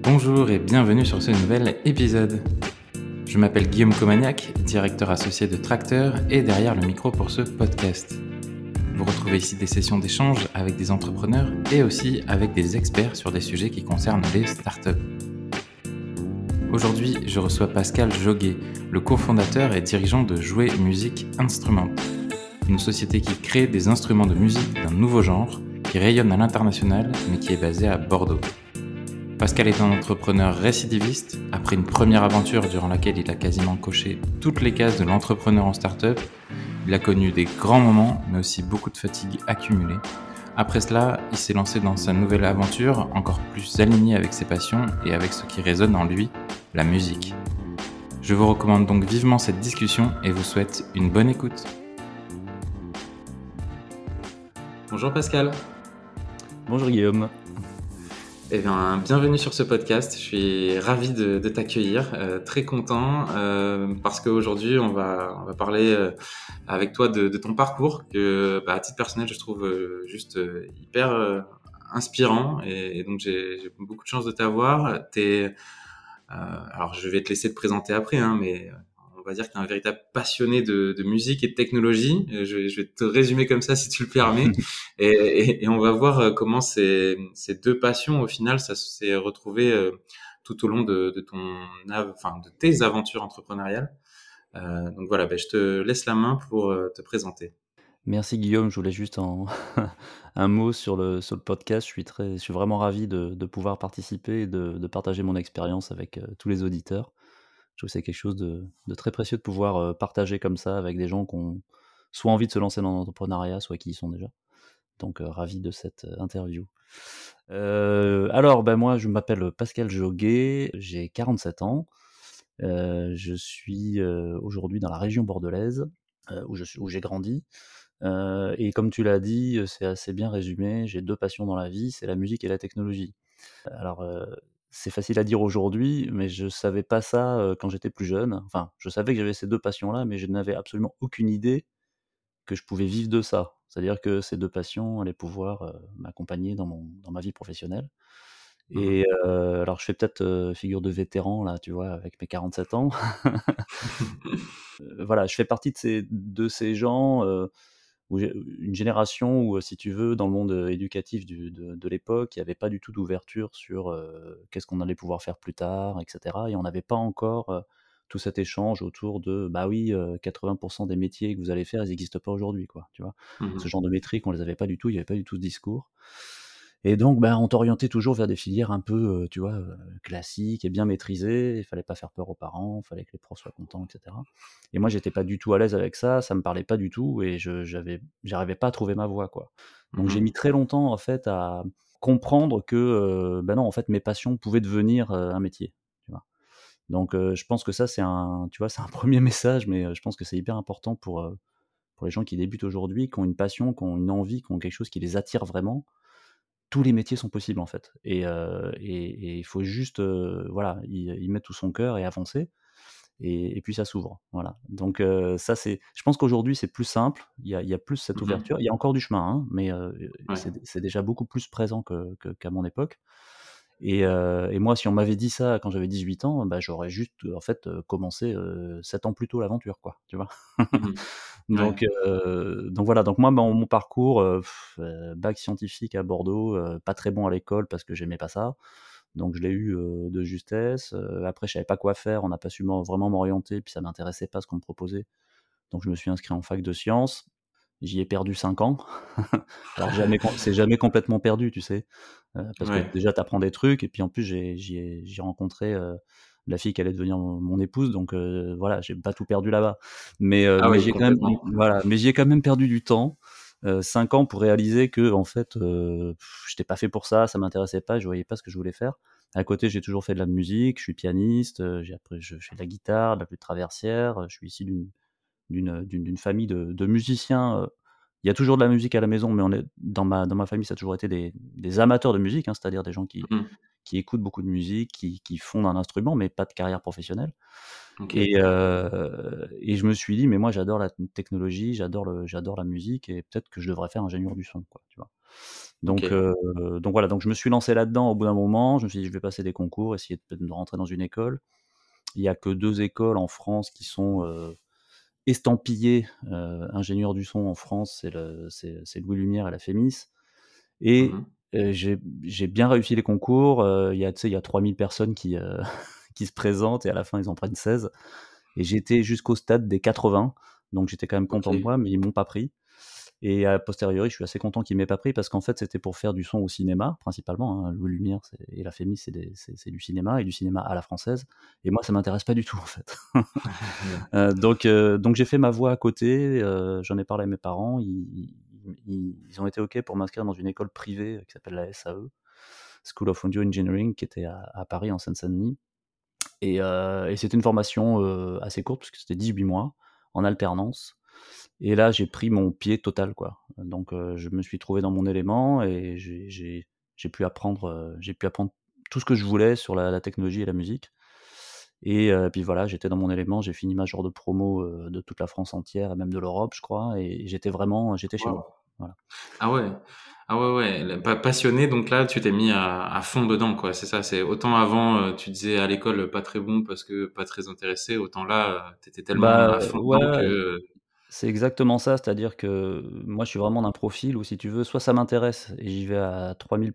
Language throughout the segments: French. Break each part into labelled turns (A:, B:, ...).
A: Bonjour et bienvenue sur ce nouvel épisode. Je m'appelle Guillaume Comagnac, directeur associé de Tracteur et derrière le micro pour ce podcast. Vous retrouvez ici des sessions d'échange avec des entrepreneurs et aussi avec des experts sur des sujets qui concernent les startups. Aujourd'hui, je reçois Pascal Joguet, le cofondateur et dirigeant de Jouer Music Instrument, une société qui crée des instruments de musique d'un nouveau genre, qui rayonne à l'international mais qui est basée à Bordeaux. Pascal est un entrepreneur récidiviste. Après une première aventure durant laquelle il a quasiment coché toutes les cases de l'entrepreneur en start-up, il a connu des grands moments, mais aussi beaucoup de fatigue accumulée. Après cela, il s'est lancé dans sa nouvelle aventure, encore plus alignée avec ses passions et avec ce qui résonne en lui, la musique. Je vous recommande donc vivement cette discussion et vous souhaite une bonne écoute. Bonjour Pascal.
B: Bonjour Guillaume.
A: Eh bien, bienvenue sur ce podcast. Je suis ravi de t'accueillir, très content parce qu'aujourd'hui on va parler avec toi de ton parcours que, à titre personnel, je trouve juste hyper inspirant et donc j'ai beaucoup de chance de t'avoir. Alors je vais te laisser te présenter après, hein, mais on va dire que tu es un véritable passionné de musique et de technologie. Je vais te résumer comme ça si tu le permets. Et on va voir comment ces deux passions, au final, ça s'est retrouvé tout au long de tes aventures entrepreneuriales. Donc voilà, je te laisse la main pour te présenter.
B: Merci Guillaume, je voulais juste un mot sur le podcast. Je suis vraiment ravi de pouvoir participer et de partager mon expérience avec tous les auditeurs. Je trouve que c'est quelque chose de très précieux de pouvoir partager comme ça avec des gens qui ont soit envie de se lancer dans l'entrepreneuriat, soit qui y sont déjà. Donc ravi de cette interview. Alors, moi je m'appelle Pascal Joguet, j'ai 47 ans. Je suis aujourd'hui dans la région bordelaise où j'ai grandi. Et comme tu l'as dit, c'est assez bien résumé. J'ai 2 passions dans la vie, c'est la musique et la technologie. Alors, c'est facile à dire aujourd'hui, mais je savais pas ça, quand j'étais plus jeune. Enfin, je savais que j'avais ces 2 passions-là, mais je n'avais absolument aucune idée que je pouvais vivre de ça. C'est-à-dire que ces 2 passions allaient pouvoir, m'accompagner dans ma vie professionnelle.
A: Mhm.
B: Et alors je fais peut-être, figure de vétéran là, tu vois, avec mes 47 ans. Voilà, je fais partie de ces gens, où j'ai une génération où, si tu veux, dans le monde, éducatif de l'époque, il y avait pas du tout d'ouverture sur, qu'est-ce qu'on allait pouvoir faire plus tard et cetera et on n'avait pas encore, tout cet échange autour de: «Bah oui, 80 des métiers que vous allez faire, ils n'existent pas aujourd'hui», quoi, tu vois? Ce
A: Mhm.
B: genre de métriques, on les avait pas du tout, il y avait pas du tout ce discours et donc on t'orientait toujours vers des filières un peu, tu vois, classiques et bien maîtrisées. Il fallait pas faire peur aux parents, il fallait que les profs soient contents et cetera et moi, j'étais pas du tout à l'aise avec ça me parlait pas du tout et j'arrivais pas à trouver ma voie, quoi. Donc j'ai mis
A: Mhm.
B: très longtemps, en fait, à comprendre que, non, en fait, mes passions pouvaient devenir, un métier, tu vois? Donc je pense que ça, c'est un tu vois, c'est un premier message, mais je pense que c'est hyper important pour les gens qui débutent aujourd'hui, qui ont une passion, qui ont une envie, qui ont quelque chose qui les attire vraiment. Tous les métiers sont possibles, en fait et il faut juste, voilà, y mettre tout son cœur et avancer et puis ça s'ouvre, voilà. Donc ça c'est je pense qu'aujourd'hui c'est plus simple, il y a plus cette
A: Mhm.
B: ouverture. Il y a encore du chemin, hein, mais
A: Ouais.
B: c'est déjà beaucoup plus présent qu'à mon époque et moi si on m'avait dit ça quand j'avais 18 ans, j'aurais juste, en fait, commencé, 7 ans plus tôt l'aventure, quoi, tu vois?
A: Mhm. Ouais.
B: Donc voilà, donc moi mon parcours, bac scientifique à Bordeaux, pas très bon à l'école parce que j'aimais pas ça. Donc je l'ai eu, de justesse, après je savais pas quoi faire, on n'a pas su vraiment m'orienter, puis ça m'intéressait pas ce qu'on me proposait. Donc je me suis inscrit en fac de sciences. J'y ai perdu 5 ans. Alors c'est jamais complètement perdu, tu sais? Parce que
A: Ouais.
B: déjà tu apprends des trucs et puis en plus j'ai rencontré, la fille qui allait devenir mon épouse donc voilà, j'ai pas tout perdu là-bas. Mais
A: Ah oui,
B: mmh,
A: complètement.
B: voilà, mais j'y ai quand même perdu du temps, 5 ans pour réaliser qu'en fait, j'étais pas fait pour ça, ça m'intéressait pas, je voyais pas ce que je voulais faire. À côté, j'ai toujours fait de la musique, je suis pianiste, je fais de la guitare, de la flûte traversière, je suis issu d'une famille de musiciens, il y a toujours de la musique à la maison, mais on est dans ma famille, ça a toujours été des amateurs de musique, hein, c'est-à-dire des gens
A: Mhm.
B: qui écoutent beaucoup de musique, qui font d'un instrument, mais pas de carrière professionnelle
A: Ok.
B: et je me suis dit: «Mais moi j'adore la technologie, j'adore la musique et peut-être que je devrais faire ingénieur du son», quoi, tu vois? Donc,
A: OK.
B: heu, donc voilà, donc je me suis lancé là-dedans au bout d'un moment. Je me suis dit: «Je vais passer des concours, essayer de peut-être de rentrer dans une école». Il y a que 2 écoles en France qui sont, estampillées, ingénieurs du son en France, c'est Louis Lumière et la FEMIS. Et
A: Mmh.
B: j'ai bien réussi les concours, il y a tu sais, il y a 3 000 personnes qui, qui se présentent et à la fin, ils en prennent 16. Et j'étais jusqu'au stade des 80, donc j'étais quand même content de
A: OK.
B: moi, mais ils m'ont pas pris. Et a posteriori, je suis assez content qu'ils m'aient pas pris parce qu'en fait, c'était pour faire du son au cinéma principalement, hein. Louis Lumière et la FEMIS, c'est du cinéma et du cinéma à la française, et moi, ça m'intéresse pas du tout, en fait. Donc j'ai fait ma voix à côté, j'en ai parlé à mes parents, ils ont été OK pour m'inscrire dans une école privée, qui s'appelle la SAE, School of Audio Engineering, qui était à Paris, en Seine-Saint-Denis. Et c'était une formation, assez courte parce que c'était 18 mois en alternance. Et là, j'ai pris mon pied total, quoi. Donc je me suis trouvé dans mon élément et j'ai pu apprendre tout ce que je voulais sur la technologie et la musique. Et puis voilà, j'étais dans mon élément, j'ai fini major de promo, de toute la France entière et même de l'Europe, je crois, et j'étais chez moi.
A: Waouh!
B: Voilà.
A: Ah ouais. Ah ouais, ouais, passionné, donc là, tu t'es mis à fond dedans, quoi. C'est ça, c'est autant avant, tu disais à l'école pas très bon parce que pas très intéressé, autant là, t'étais tellement
B: Bah,
A: à fond dedans
B: ouais,
A: que.
B: c'est exactement ça, c'est-à-dire que moi, je suis vraiment d'un profil où, si tu veux, soit ça m'intéresse et j'y vais à 3000,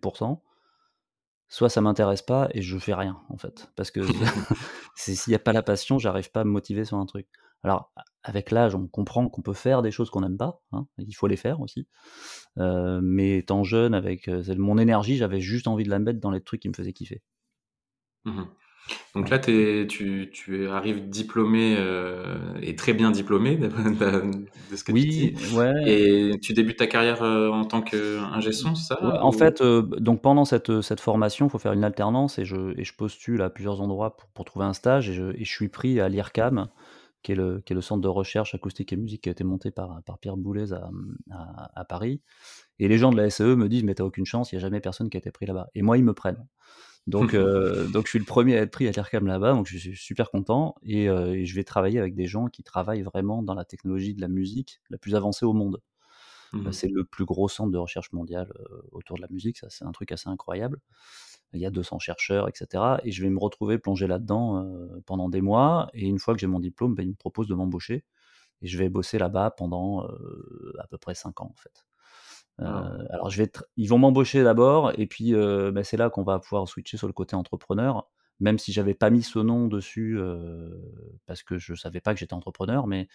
B: soit ça m'intéresse pas et je fais rien, en fait. Parce que c'est s'il y a pas la passion, j'arrive pas à me motiver sur un truc. Alors, avec l'âge, on comprend qu'on peut faire des choses qu'on n'aime pas, hein, il faut les faire aussi. Mais étant jeune, avec, mon énergie, j'avais juste envie de la mettre dans les trucs qui me faisaient kiffer.
A: Mmh. Donc
B: Voilà.
A: là, tu arrives diplômé, et très bien diplômé de ce que tu dis,
B: Oui, ouais,
A: et tu débutes ta carrière, en tant qu'ingé son, c'est
B: ouais,
A: ça?
B: en
A: Ou?
B: fait, donc pendant cette formation, il faut faire une alternance, et je postule à plusieurs endroits pour trouver un stage, et je suis pris à l'IRCAM, qui est le centre de recherche acoustique et musique qui a été monté par Pierre Boulez à Paris. Et les gens de la SAE me disent: «Mais tu as aucune chance, il y a jamais personne qui a été pris là-bas», et moi, ils me prennent. Donc je suis le premier à être pris à l'IRCAM là-bas, donc je suis super content, et je vais travailler avec des gens qui travaillent vraiment dans la technologie de la musique la plus avancée au monde.
A: Mmh.
B: C'est le plus gros centre de recherche mondial, autour de la musique, ça, c'est un truc assez incroyable. Il y a 200 chercheurs et cetera, et je vais me retrouver plongé là-dedans, pendant des mois, et une fois que j'ai mon diplôme, bah, ils me proposent de m'embaucher, et je vais bosser là-bas pendant, à peu près 5 ans, en fait.
A: Waouh!
B: Alors ils vont m'embaucher d'abord, et puis, bah, c'est là qu'on va pouvoir switcher sur le côté entrepreneur, même si j'avais pas mis ce nom dessus, parce que je savais pas que j'étais entrepreneur, mais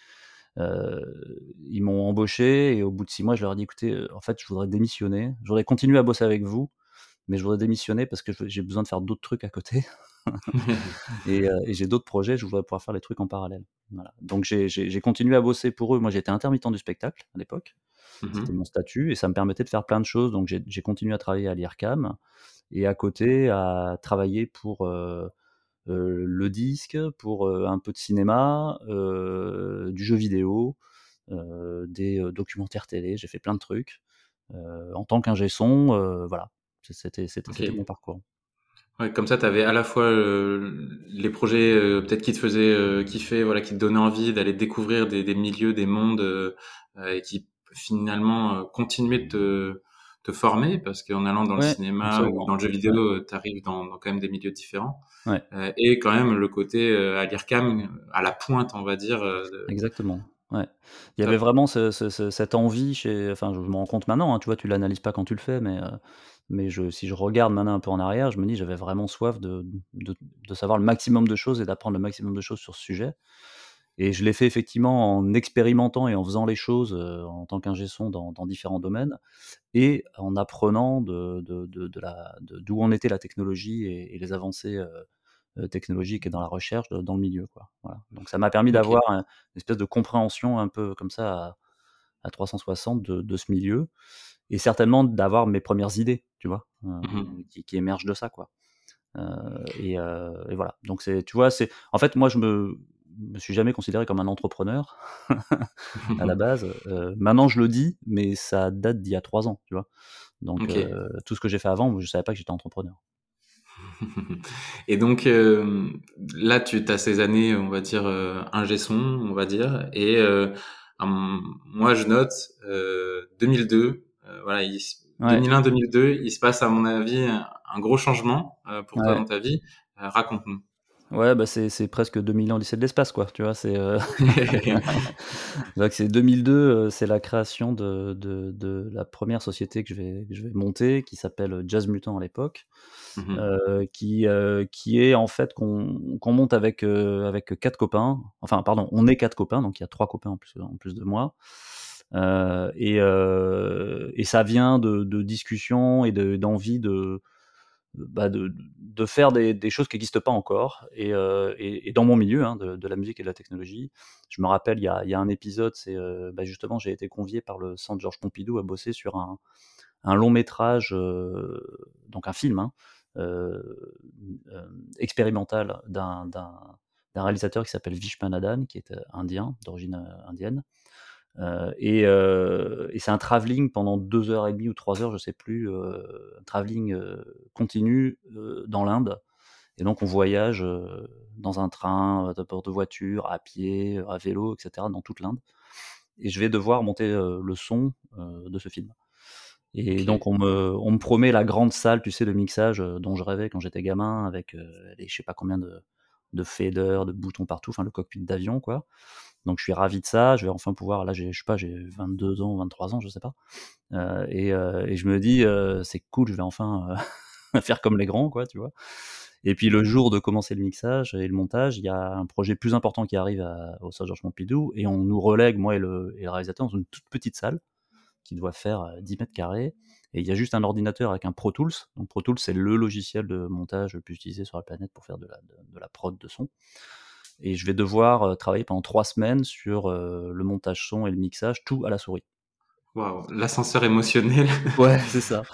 B: ils m'ont embauché, et au bout de 6 mois, je leur ai dit: «Écoutez, en fait, je voudrais démissionner. Je voudrais continuer à bosser avec vous, mais je voudrais démissionner parce que j'ai besoin de faire d'autres trucs à côté, et j'ai d'autres projets, je voudrais pouvoir faire les trucs en parallèle». Voilà. Donc j'ai continué à bosser pour eux. Moi, j'étais intermittent du spectacle à l'époque. C'était
A: Mmh.
B: mon statut et ça me permettait de faire plein de choses. Donc j'ai continué à travailler à l'IRCAM, et à côté à travailler pour, le disque, pour, un peu de cinéma, du jeu vidéo, des, documentaires télé. J'ai fait plein de trucs, en tant qu'ingé son, voilà. C'était mon
A: OK.
B: parcours.
A: Ouais, comme ça, tu avais à la fois, les projets, peut-être qui te faisaient, kiffer, voilà, qui te donnaient envie d'aller découvrir des milieux, des mondes, et qui finalement, continuaient de te former parce qu'en allant dans le
B: Ouais,
A: cinéma ou
B: absolument.
A: dans le jeu
B: Ouais,
A: vidéo, tu arrives dans quand même des milieux différents,
B: ouais,
A: et quand même le côté, à l'IRCAM, à la pointe, on va dire, de
B: exactement. Ouais. Il y avait
A: top.
B: vraiment cette envie enfin, je me rends compte maintenant, hein, tu vois? Tu l'analyses pas quand tu le fais, mais si je regarde maintenant un peu en arrière, je me dis: «J'avais vraiment soif de savoir le maximum de choses et d'apprendre le maximum de choses sur ce sujet». Et je l'ai fait effectivement en expérimentant et en faisant les choses, en tant qu'ingé son dans différents domaines, et en apprenant d'où en était la technologie et les avancées, technologiques et dans la recherche, dans le milieu, quoi. Voilà. Donc ça m'a permis
A: OK.
B: d'avoir une espèce de compréhension un peu comme ça à 360 de ce milieu, et certainement d'avoir mes premières idées, tu vois?
A: Mmh.
B: Qui émergent de ça, quoi. Et voilà. Donc tu vois, en fait, moi, je me suis jamais considéré comme un entrepreneur à la base. Maintenant, je le dis, mais ça date d'il y a 3 ans, tu vois? Donc
A: OK.
B: tout ce que j'ai fait avant, je savais pas que j'étais entrepreneur.
A: Et donc, là, tu as ces années, on va dire, ingé son, on va dire, et moi, je note 2002. Voilà,
B: Ouais,
A: 2001-2002, il se passe à mon avis un gros changement pour toi
B: ouais.
A: dans ta vie. Raconte-nous.
B: Ouais, bah, c'est presque 2000 ans lycée de l'espace, quoi, tu vois? Donc c'est 2002, c'est la création de la première société que je vais monter qui s'appelle, Jazz Mutant à l'époque,
A: Mhm.
B: qui est en fait qu'on monte avec 4 copains. Enfin pardon, on est 4 copains, donc il y a 3 copains en plus de moi. Et ça vient de discussions et d'envie de faire des choses qui n'existent pas encore et dans mon milieu, hein, de la musique et de la technologie. Je me rappelle, il y a un épisode, c'est, justement, j'ai été convié par le Centre Georges Pompidou à bosser sur un long métrage, donc un film, hein, heu, expérimental d'un réalisateur qui s'appelle Vishwanathan, qui est, indien, d'origine, indienne. Et c'est un travelling pendant 2 heures et demie ou 3 heures, je sais plus, un travelling, continu, dans l'Inde. Et donc on voyage, dans un train, à bord de voiture, à pied, à vélo, et cetera, dans toute l'Inde. Et je vais devoir monter, le son, de ce film. Et donc
A: Ok.
B: on me promet la grande salle, tu sais, de mixage, dont je rêvais quand j'étais gamin, avec, les je sais pas combien de faders, de boutons partout, enfin le cockpit d'avion, quoi. Donc je suis ravi de ça, je vais enfin pouvoir, là j'ai je sais pas, j'ai 22 ans, 23 ans, je sais pas, et je me dis, «C'est cool, je vais enfin, faire comme les grands, quoi», tu vois? Et puis le jour de commencer le mixage et le montage, il y a un projet plus important qui arrive au Centre Georges Pompidou, et on nous relègue, moi et le réalisateur, dans une toute petite salle qui doit faire, 10 mètres carrés, et il y a juste un ordinateur avec un Pro Tools. Donc Pro Tools, c'est le logiciel de montage le plus utilisé sur la planète pour faire de la prod de son. Et je vais devoir, travailler pendant 3 semaines sur, le montage son et le mixage, tout à la souris.
A: Waouh, l'ascenseur émotionnel.
B: Ouais, c'est ça.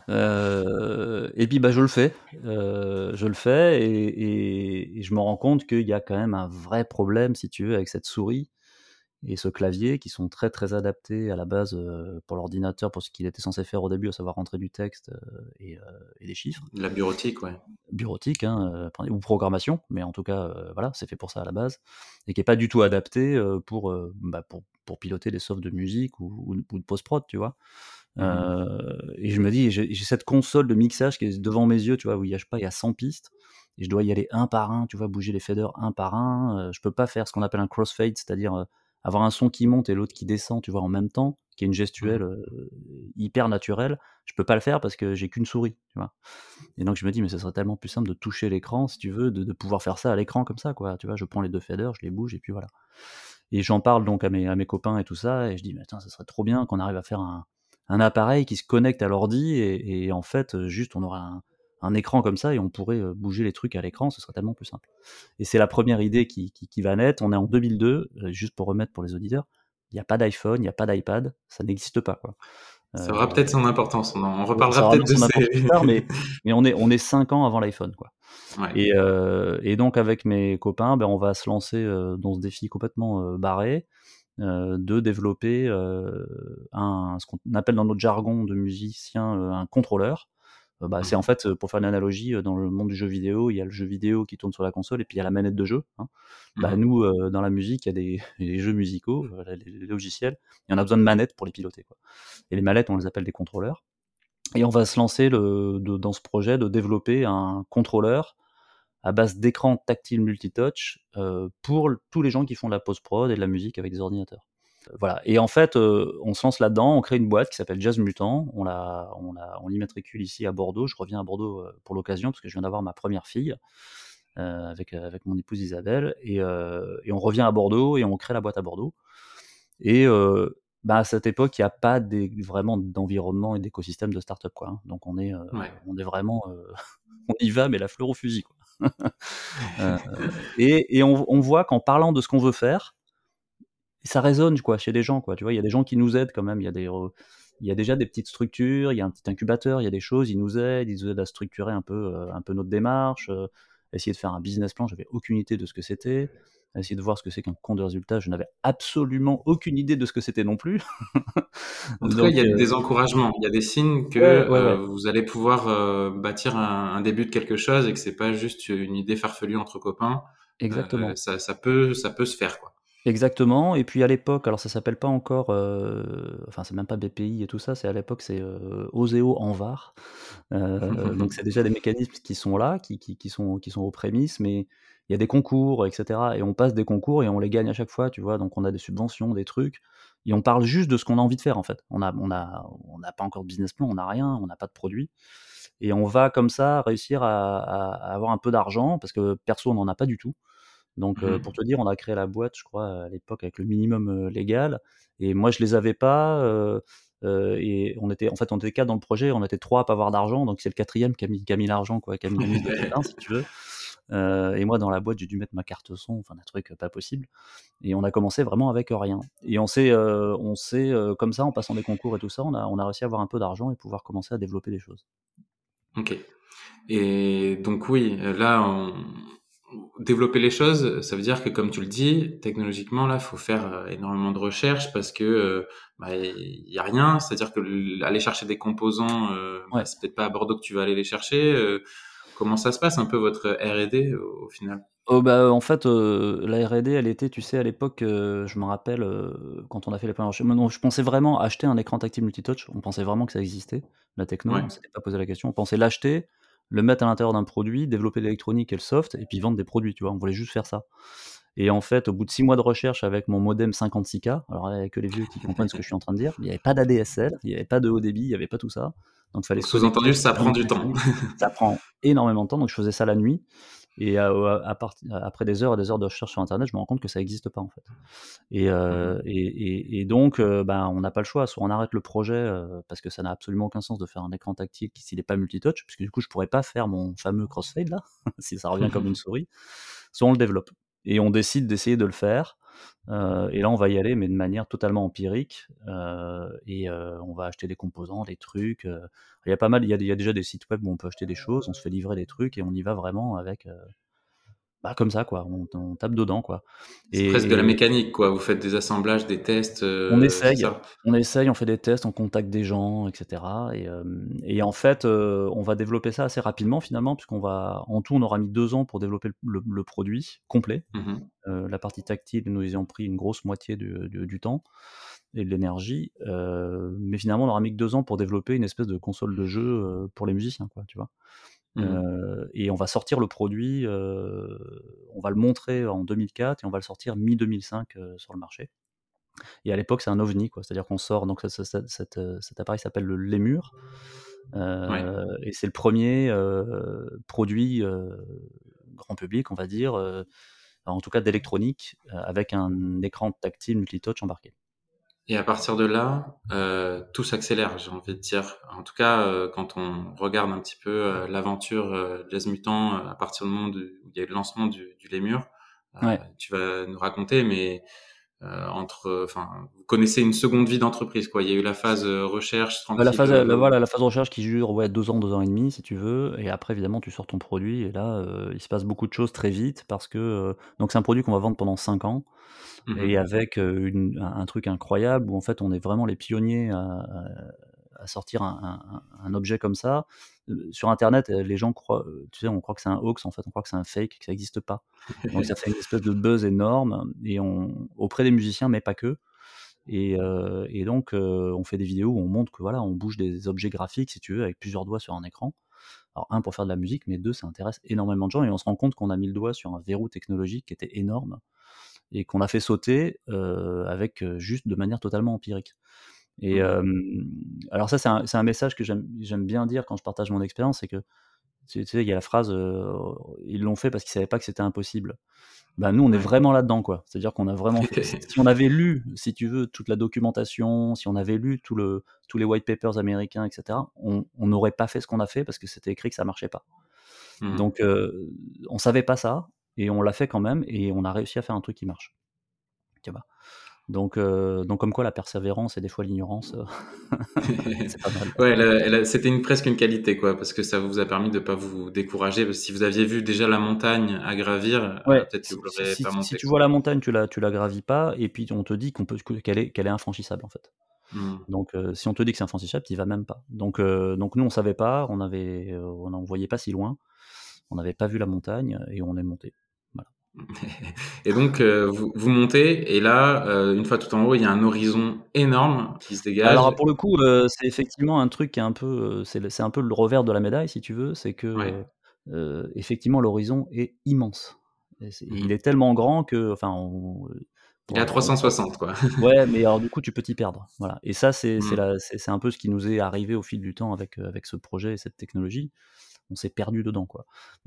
B: Et puis, bah, je le fais et je me rends compte qu'il y a quand même un vrai problème, si tu veux, avec cette souris et ce clavier, qui sont très, très adaptés à la base, pour l'ordinateur, pour ce qu'il était censé faire au début, à savoir rentrer du texte, et des chiffres.
A: La bureautique, ouais.
B: Bureautique, hein, ou programmation, mais en tout cas, voilà, c'est fait pour ça à la base, et qui est pas du tout adapté, pour piloter des softs de musique ou de post-prod, tu vois?
A: Mhm.
B: Et je me dis, j'ai cette console de mixage qui est devant mes yeux, tu vois? Où il y a, je sais pas, il y a 100 pistes, et je dois y aller un par un, tu vois? Bouger les faders un par un, je peux pas faire ce qu'on appelle un crossfade, c'est-à-dire, avoir un son qui monte et l'autre qui descend, tu vois? En même temps, qui est une gestuelle,
A: Mhm.
B: hyper naturelle. Je peux pas le faire parce que j'ai qu'une souris, tu vois? Et donc je me dis: «Mais ce serait tellement plus simple de toucher l'écran, si tu veux, de pouvoir faire ça à l'écran comme ça, quoi», tu vois? Je prends les 2 faders, je les bouge et puis voilà. Et j'en parle donc à mes copains et tout ça, et je dis: «Mais attends, ça serait trop bien qu'on arrive à faire un appareil qui se connecte à l'ordi, et en fait, juste on aurait un écran comme ça, et on pourrait, bouger les trucs à l'écran, ce serait tellement plus simple». Et c'est la première idée qui va naître. On est en 2002, juste pour remettre pour les auditeurs, il y a pas d'iPhone, il y a pas d'iPad, ça n'existe pas, quoi.
A: Ça aura peut-être son importance. On
B: Ouais,
A: reparlera
B: ça aura
A: peut-être
B: bien
A: de
B: son
A: ces.
B: importance plus tard, mais on est 5 ans avant l'iPhone, quoi.
A: Ouais.
B: Et donc avec mes copains, ben, on va se lancer, dans ce défi complètement, barré, de développer, ce qu'on appelle dans notre jargon de musicien, un contrôleur. C'est en
A: Mhm.
B: fait, pour faire une analogie, dans le monde du jeu vidéo, il y a le jeu vidéo qui tourne sur la console et puis il y a la manette de jeu, hein. Bah,
A: Mhm.
B: nous, dans la musique, il y a les jeux musicaux, les logiciels, et on a besoin de manettes pour les piloter, quoi. Et les manettes, on les appelle des contrôleurs. Et on va se lancer dans ce projet de développer un contrôleur à base d'écran tactile multitouch, pour tous les gens qui font de la post-prod et de la musique avec des ordinateurs. Voilà. Et en fait, on se lance là-dedans, on crée une boîte qui s'appelle Jazz Mutant, on l'immatricule ici à Bordeaux. Je reviens à Bordeaux, pour l'occasion, parce que je viens d'avoir ma première fille, avec mon épouse Isabelle, et on revient à Bordeaux et on crée la boîte à Bordeaux. Et à cette époque, il y a pas vraiment d'environnement et d'écosystème de start-up, quoi, hein. Donc
A: Ouais.
B: on est vraiment, on y va, mais la fleur au fusil, quoi. Heu et on voit qu'en parlant de ce qu'on veut faire, ça résonne, quoi, chez les gens, quoi, tu vois? Il y a des gens qui nous aident quand même, il y a déjà des petites structures, il y a un petit incubateur, il y a des choses, ils nous aident à structurer un peu notre démarche, essayer de faire un business plan. J'avais aucune idée de ce que c'était. Essayer de voir ce que c'est qu'un compte de résultat, je n'avais absolument aucune idée de ce que c'était non plus.
A: En tout cas, il y
B: Donc
A: a des encouragements, il y a des signes que
B: ouais, ouais, ouais,
A: vous allez pouvoir bâtir un début de quelque chose et que c'est pas juste une idée farfelue entre copains.
B: exactement.
A: Ça peut se faire, quoi.
B: Exactement et puis à l'époque, alors ça s'appelle pas encore, enfin c'est même pas BPI et tout ça, c'est à l'époque c'est, Oseo en VAR. Donc c'est déjà des mécanismes qui sont là, qui sont aux prémices, mais il y a des concours et cetera et on passe des concours et on les gagne à chaque fois, tu vois? Donc on a des subventions, des trucs et on parle juste de ce qu'on a envie de faire, en fait. On n'a pas encore de business plan, on n'a rien, on n'a pas de produit et on va comme ça réussir à avoir un peu d'argent parce que perso, on n'en a pas du tout. Donc, pour
A: Mmh.
B: te dire, on a créé la boîte, je crois, à l'époque avec le minimum, légal et moi je les avais pas, et on était 4 dans le projet, on était 3 à pas avoir d'argent, donc c'est le quatrième qui a mis l'argent quoi, qui a mis la mise de ses pains si tu veux. Et moi dans la boîte, j'ai dû mettre ma carte son, enfin un truc, pas possible et on a commencé vraiment avec rien et comme ça en passant des concours et tout ça, on a réussi à avoir un peu d'argent et pouvoir commencer à développer des choses.
A: OK. Et donc oui, là, développer les choses, ça veut dire que comme tu le dis, technologiquement, là, il faut faire énormément de recherches parce que bah, il y a rien. C'est-à-dire que aller chercher des composants, bah,
B: Ouais.
A: c'est peut-être pas à Bordeaux que tu vas aller les chercher. Comment ça se passe un peu votre R&D au final?
B: Oh bah, en fait, la R&D, elle était, tu sais, à l'époque, je me rappelle, quand on a fait les premières recherches non, je pensais vraiment acheter un écran tactile multitouch. On pensait vraiment que ça existait, la techno.
A: Ouais.
B: On s'était pas posé la question. On pensait l'acheter, le mettre à l'intérieur d'un produit, développer l'électronique et le soft et puis vendre des produits, tu vois? On voulait juste faire ça et en fait, au bout de 6 mois de recherche avec mon modem 56K, alors là, il y a que les vieux qui comprennent ce que je suis en train de dire, il y avait pas d'ADSL, il y avait pas de haut débit, il y avait pas tout ça. Donc il fallait
A: Donc
B: se connecter
A: sous-entendu,
B: sur
A: ça prend
B: une
A: du temps.
B: ça prend énormément de temps, donc je faisais ça la nuit et après des heures et des heures de recherche sur internet, je me rends compte que ça existe pas, en fait
A: Mhm.
B: et donc ben, on n'a pas le choix. Soit on arrête le projet, parce que ça n'a absolument aucun sens de faire un écran tactile qui s'il est pas multitouch, puisque du coup je pourrais pas faire mon fameux crossfade là, si ça revient comme une souris, soit on le développe et on décide d'essayer de le faire, et là on va y aller, mais de manière totalement empirique, on va acheter des composants, des trucs, il y a pas mal il y a déjà des sites web où on peut acheter des choses, on se fait livrer des trucs et on y va vraiment avec, bah, comme ça quoi, on tape dedans quoi
A: C'est presque de la
B: et
A: mécanique, quoi. Vous faites des assemblages, des tests,
B: on
A: c'est
B: essaye,
A: ça?
B: on fait des tests, on contacte des gens et cetera et en fait, on va développer ça assez rapidement finalement en tout, on aura mis 2 ans pour développer le produit complet.
A: Mhm.
B: La partie tactile, nous y ont pris une grosse moitié du temps et de l'énergie, mais finalement, on aura mis que 2 ans pour développer une espèce de console de jeu, pour les musiciens quoi, tu vois?
A: Mhm.
B: Et on va sortir le produit, on va le montrer en 2004 et on va le sortir mi-2005, sur le marché. Et à l'époque, c'est un ovni, quoi. C'est-à-dire qu'on sort donc cet appareil s'appelle le Lémur,
A: Ouais.
B: et c'est le premier produit, grand public, on va dire, en tout cas d'électronique, avec un écran tactile multitouch embarqué.
A: Et à partir de là, tout s'accélère, j'ai envie de dire. En tout cas, quand on regarde un petit peu l'aventure Jazz Mutant à partir du moment où il y a eu le lancement du Lémur,
B: Ouais.
A: tu vas nous raconter, mais enfin, vous connaissez une seconde vie d'entreprise, quoi. Il y a eu la phase recherche
B: La
A: tranquille.
B: phase, voilà, la phase de recherche qui dure, ouais, 2 ans et demi si tu veux et après évidemment tu sors ton produit et là, il se passe beaucoup de choses très vite parce que, donc c'est un produit qu'on va vendre pendant 5 ans et
A: Mhm.
B: avec, un truc incroyable où en fait on est vraiment les pionniers à sortir un objet comme ça. Sur internet, les gens croient, tu sais, on croit que c'est un hoax, en fait, on croit que c'est un fake, que ça existe pas. Donc ça fait une espèce de buzz énorme et on auprès des musiciens, mais pas que et donc on fait des vidéos où on montre que, voilà, on bouge des objets graphiques, si tu veux, avec plusieurs doigts sur un écran. Alors un pour faire de la musique, mais 2 ça intéresse énormément de gens et on se rend compte qu'on a mis le doigt sur un verrou technologique qui était énorme et qu'on a fait sauter, avec, juste de manière totalement empirique. Et
A: Mhm.
B: alors ça, c'est un message que j'aime bien dire quand je partage mon expérience, c'est que, tu sais, il y a la phrase, «Ils l'ont fait parce qu'ils savaient pas que c'était impossible». Bah, nous, on est
A: Ouais.
B: vraiment là-dedans, quoi. C'est-à-dire qu'on a vraiment fait si on avait lu, si tu veux, toute la documentation, si on avait lu tous les white papers américains et cetera, on n'aurait pas fait ce qu'on a fait parce que c'était écrit que ça marchait pas.
A: Mhm.
B: Donc on savait pas ça et on l'a fait quand même et on a réussi à faire un truc qui marche, tu vois? Donc comme quoi la persévérance et des fois l'ignorance, c'est pas mal.
A: Ouais, c'était presque une qualité, quoi, parce que ça vous a permis de pas vous décourager. Parce que si vous aviez vu déjà la montagne à gravir,
B: Ouais,
A: peut-être que
B: si
A: vous
B: si
A: l'aurez
B: si
A: pas
B: si
A: monté,
B: tu
A: quoi.
B: vois la montagne, tu la gravis pas et puis on te dit qu'elle est infranchissable, en fait.
A: Mhm.
B: Donc si on te dit que c'est infranchissable, tu y vas même pas. Donc nous, on savait pas, on n'en voyait pas si loin, on n'avait pas vu la montagne et on est monté. Voilà.
A: Et donc, vous montez et là, une fois tout en haut, il y a un horizon énorme qui se
B: Alors
A: dégage.
B: pour le coup, c'est effectivement un truc qui est un peu, c'est un peu le revers de la médaille si tu veux, c'est que,
A: Ouais.
B: effectivement l'horizon est immense et il
A: Mmh.
B: est tellement grand que enfin on,
A: Il est à
B: on peut
A: 360 quoi.
B: ouais, mais alors du coup tu peux t'y perdre, voilà et ça c'est
A: Mmh.
B: la c'est un peu ce qui nous est arrivé au fil du temps avec ce projet et cette technologie. On s'est perdu dedans, quoi.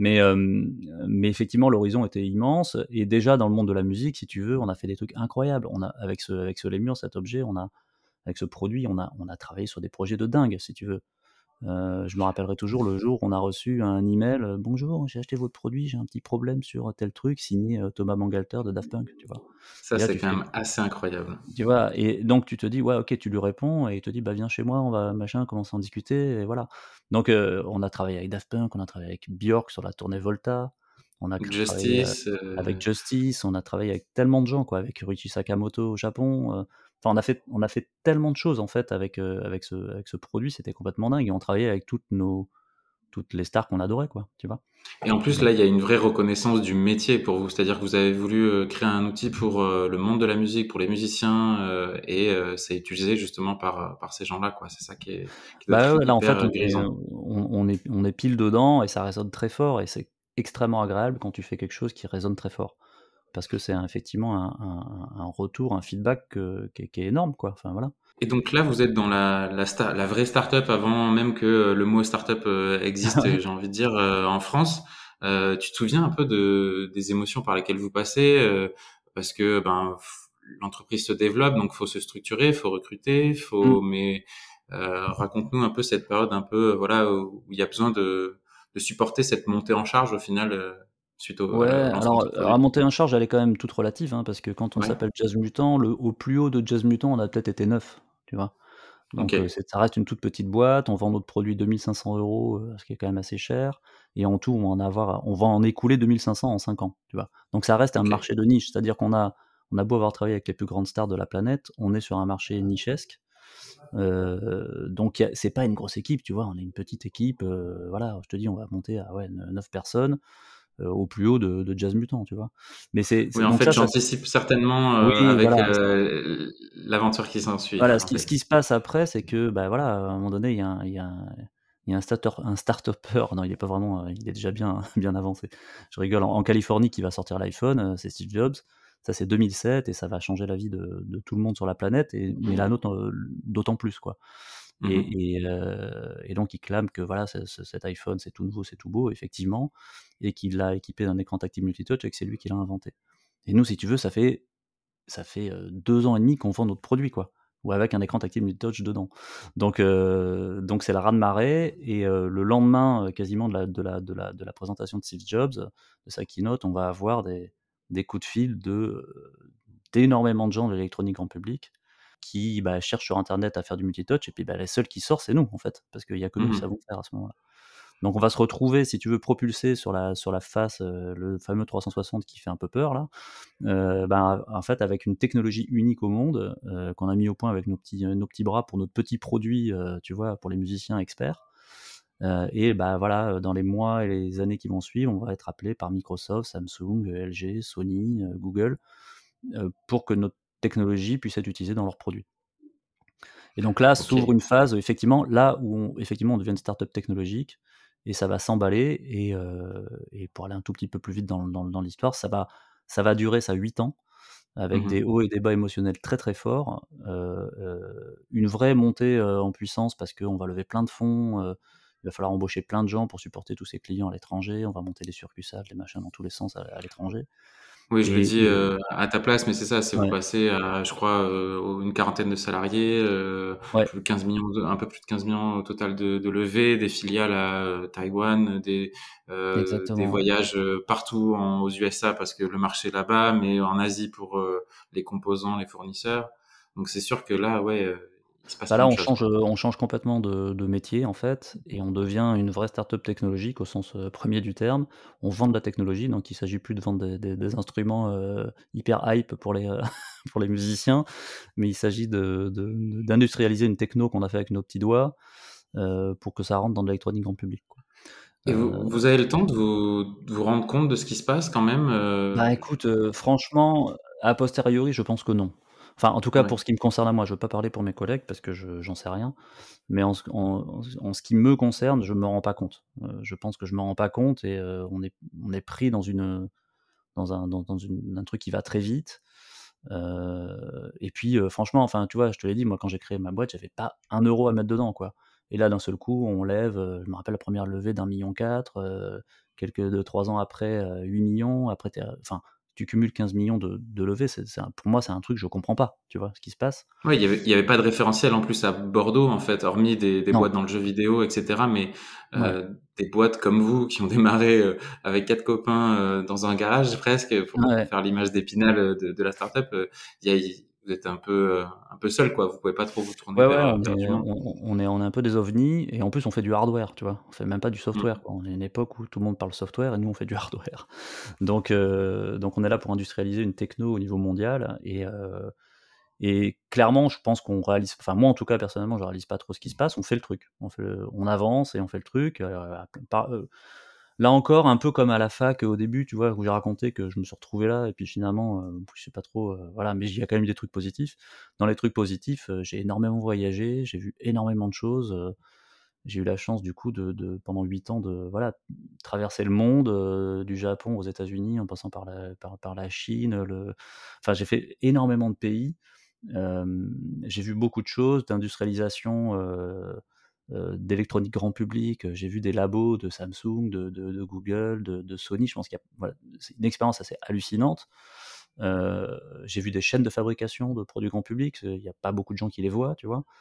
B: Mais effectivement, l'horizon était immense et déjà dans le monde de la musique, si tu veux, on a fait des trucs incroyables. On a avec ce Lemur, cet objet, on a avec ce produit, on a travaillé sur des projets de dingue, si tu veux. Je me rappellerai toujours le jour où on a reçu un email, «Bonjour, j'ai acheté votre produit, j'ai un petit problème sur tel truc», signé, Thomas Bangalter de Daft Punk, tu vois?
A: Ça,
B: Et là,
A: c'est
B: tu
A: quand
B: fais
A: même assez incroyable.
B: tu vois? Et donc tu te dis: «Ouais, OK», tu lui réponds et il te dit: «Bah, viens chez moi, on va machin, commencer à en discuter» et voilà. Donc on a travaillé avec Daft Punk, on a travaillé avec Björk sur la tournée Volta, on a travaillé,
A: Justice,
B: avec Justice, on a travaillé avec tellement de gens quoi, avec Ryuichi Sakamoto au Japon, enfin on a fait tellement de choses en fait avec ce produit, c'était complètement dingue et on travaillait avec toutes les stars qu'on adorait quoi, tu vois?
A: et en plus,
B: Donc
A: là, il y a une vraie reconnaissance du métier pour vous. C'est-à-dire que vous avez voulu, créer un outil pour, le monde de la musique, pour les musiciens, et c'est utilisé justement par ces gens-là, quoi. C'est ça qui doit
B: bah,
A: être
B: ouais, là, en fait,
A: hyper,
B: on est,
A: grisant.
B: on est pile dedans et ça résonne très fort et c'est extrêmement agréable quand tu fais quelque chose qui résonne très fort. Parce que c'est effectivement un retour, un feedback, qui est énorme, quoi. Enfin, voilà.
A: Et donc là, vous êtes dans la vraie start-up avant même que le mot start-up existe,
B: Ouais.
A: j'ai envie de dire, en France. Tu te souviens un peu des émotions par lesquelles vous passez, parce que ben l'entreprise se développe, donc faut se structurer, faut recruter,
B: Mmh.
A: mais raconte-nous un peu cette période un peu voilà où il y a besoin de supporter cette montée en charge au final suite
B: Ouais,
A: au lancement
B: alors,
A: du
B: la
A: produit.
B: montée en charge, elle est quand même toute relative, hein, parce que quand on
A: Ouais.
B: s'appelle Jazz Mutant, le au plus haut de Jazz Mutant, on a peut-être été 9, tu vois?
A: Ok.
B: Donc ça reste une toute petite boîte, on vend notre produit 2 500 €, ce qui est quand même assez cher et en tout, on va en écouler 2 500 en 5 ans, tu vois? Donc ça reste un
A: Ok.
B: marché de niche, c'est-à-dire qu'on a beau avoir travaillé avec les plus grandes stars de la planète, on est sur un marché nichesque, donc c'est pas une grosse équipe, tu vois? On est une petite équipe, voilà, je te dis, on va monter à ouais, 9 personnes, au plus haut de Jazz Mutant, tu vois? Mais
A: Oui,
B: c'est
A: en
B: donc
A: fait,
B: ça
A: j'anticipe certainement
B: oui,
A: avec
B: voilà.
A: l'aventure qui s'ensuit,
B: Voilà,
A: en
B: ce
A: fait.
B: qui se passe après, c'est que, bah, voilà, à un moment donné, il y a un start-upper, non, il est pas vraiment, il est déjà bien bien avancé. Je rigole, en Californie, qui va sortir l'iPhone, c'est Steve Jobs. Ça, c'est 2007 et ça va changer la vie de tout le monde sur la planète mais la nôtre, d'autant plus, quoi
A: Mhm.
B: et donc il clame que, voilà, cet iPhone, c'est tout nouveau, c'est tout beau, effectivement et qu'il l'a équipé d'un écran tactile multitouch et que c'est lui qui l'a inventé et nous, si tu veux, ça fait 2 ans et demi qu'on vend notre produit, quoi, ou avec un écran tactile multitouch dedans. Donc c'est la rat-de-marée et le lendemain, quasiment de la présentation de Steve Jobs, de sa keynote, on va avoir des coups de fil d'énormément de gens de l'électronique grand public qui, bah, cherchent sur internet à faire du multitouch et puis, bah, les seuls qui sortent, c'est nous, en fait, parce qu'il y a que nous qui
A: Mhm.
B: savons faire à ce moment-là. Donc on va se retrouver, si tu veux, propulsé sur la face, le fameux 360 qui fait un peu peur là, ben, en fait, avec une technologie unique au monde, qu'on a mis au point avec nos petits bras pour notre petit produit, tu vois, pour les musiciens experts. Et bah, voilà, dans les mois et les années qui vont suivre, on va être appelé par Microsoft, Samsung, LG, Sony, Google, pour que notre technologie puisse être utilisée dans leurs produits. Et donc là,
A: Ok.
B: s'ouvre une phase, effectivement, là où effectivement, on devient une start-up technologique et ça va s'emballer et pour aller un tout petit peu plus vite dans l'histoire, ça va durer ça 8 ans avec des
A: Mhm.
B: hauts et des bas émotionnels très, très forts, une vraie montée, en puissance parce qu'on va lever plein de fonds, il va falloir embaucher plein de gens pour supporter tous ces clients à l'étranger, on va monter des succursales, des machins dans tous les sens à l'étranger
A: Oui, je le dis
B: et
A: à ta place, mais c'est ça, c'est vous
B: ouais,
A: passez à, je crois, une quarantaine de salariés,
B: ouais,
A: 15 millions, un peu plus de 15 millions au total de levées, des filiales à Taïwan, des
B: exactement.
A: voyages partout aux USA parce que le marché est là-bas, mais en Asie pour les composants, les fournisseurs. Donc c'est sûr que là, ouais, il se passe
B: Bah,
A: plein
B: là,
A: de choses, quoi.
B: on change complètement de métier, en fait et on devient une vraie start-up technologique au sens, 1er du terme. On vend de la technologie, donc il s'agit plus de vendre des instruments, hyper hype pour les, pour les musiciens, mais il s'agit d'industrialiser une techno qu'on a fait avec nos petits doigts, pour que ça rentre dans de l'électronique grand public, quoi.
A: Et vous avez le temps de vous rendre compte de ce qui se passe quand même,
B: Bah, écoute, franchement, a posteriori, je pense que non. Enfin, en tout cas,
A: Ouais.
B: pour ce qui me concerne à moi, je veux pas parler pour mes collègues parce que j'en sais rien, mais en ce qui me concerne, je me rends pas compte. Je pense que je me rends pas compte et on est pris dans un truc qui va très vite. Et puis, franchement, enfin, tu vois, je te l'ai dit, moi, quand j'ai créé ma boîte, j'avais pas 1 € à mettre dedans, quoi. Et là, d'un seul coup, on lève, je me rappelle la première levée d'1,4 million, quelques 2-3 ans après, 8 millions. Après enfin, tu cumules 15 millions de levées, c'est un pour moi, c'est un truc, je comprends pas, tu vois, ce qui se passe?
A: Ouais, il y avait pas de référentiel en plus à Bordeaux, en fait, hormis des
B: Non,
A: boîtes dans le jeu vidéo, et cetera. Mais
B: ouais,
A: des boîtes comme vous qui ont démarré avec quatre copains dans un garage presque pour
B: ouais.
A: faire l'image d'Épinal de la startup, vous êtes un peu seul, quoi. Vous pouvez pas trop vous tourner
B: Ouais, ouais,
A: vers du monde.
B: on est un peu des ovnis et en plus on fait du hardware, tu vois? On fait même pas du software,
A: Mm.
B: quoi. On est à une époque où tout le monde parle software et nous on fait du hardware. Donc on est là pour industrialiser une techno au niveau mondial et clairement je pense qu'on réalise enfin moi en tout cas personnellement je réalise pas trop ce qui se passe, on fait le truc. On avance et on fait le truc, là encore un peu comme à la fac, au début, tu vois? Où j'ai raconté que je me suis retrouvé là et puis finalement, je sais pas trop, voilà, mais il y a quand même eu des trucs positifs. Dans les trucs positifs, j'ai énormément voyagé, j'ai vu énormément de choses, j'ai eu la chance du coup de pendant 8 ans de, voilà, traverser le monde, du Japon aux États-Unis en passant par la Chine, enfin j'ai fait énormément de pays. J'ai vu beaucoup de choses, d'industrialisation, d'électronique grand public, j'ai vu des labos de Samsung, de Google, de Sony. Je pense qu'il y a voilà, c'est une expérience assez hallucinante. J'ai vu des chaînes de fabrication de produits grand public, il y a pas beaucoup de gens qui les voient, tu vois?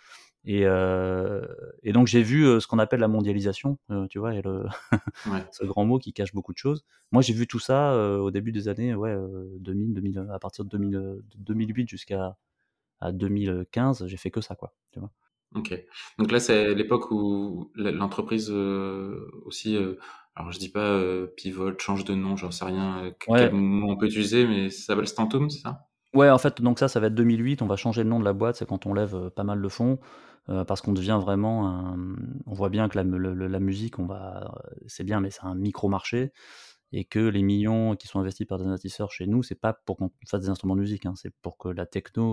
B: Et donc j'ai vu, ce qu'on appelle la mondialisation, tu vois? Et
A: Ouais.
B: ce grand mot qui cache beaucoup de choses. Moi, j'ai vu tout ça, au début des années, ouais, 2000, à partir de 2008 jusqu'à 2015, j'ai fait que ça, quoi, tu vois?
A: Ok. Donc là, c'est l'époque où l'entreprise aussi, alors je dis pas pivote, change de nom, j'en sais rien, quel
B: Ouais,
A: mot on peut utiliser, mais ça s'appelle Stantum, c'est ça?
B: ouais, en fait, donc ça va être 2008, on va changer le nom de la boîte, c'est quand on lève, pas mal de fonds, parce qu'on devient vraiment on voit bien que la musique, c'est bien, mais c'est un micro marché et que les millions qui sont investis par des investisseurs chez nous, c'est pas pour qu'on fasse des instruments de musique, hein, c'est pour que la techno,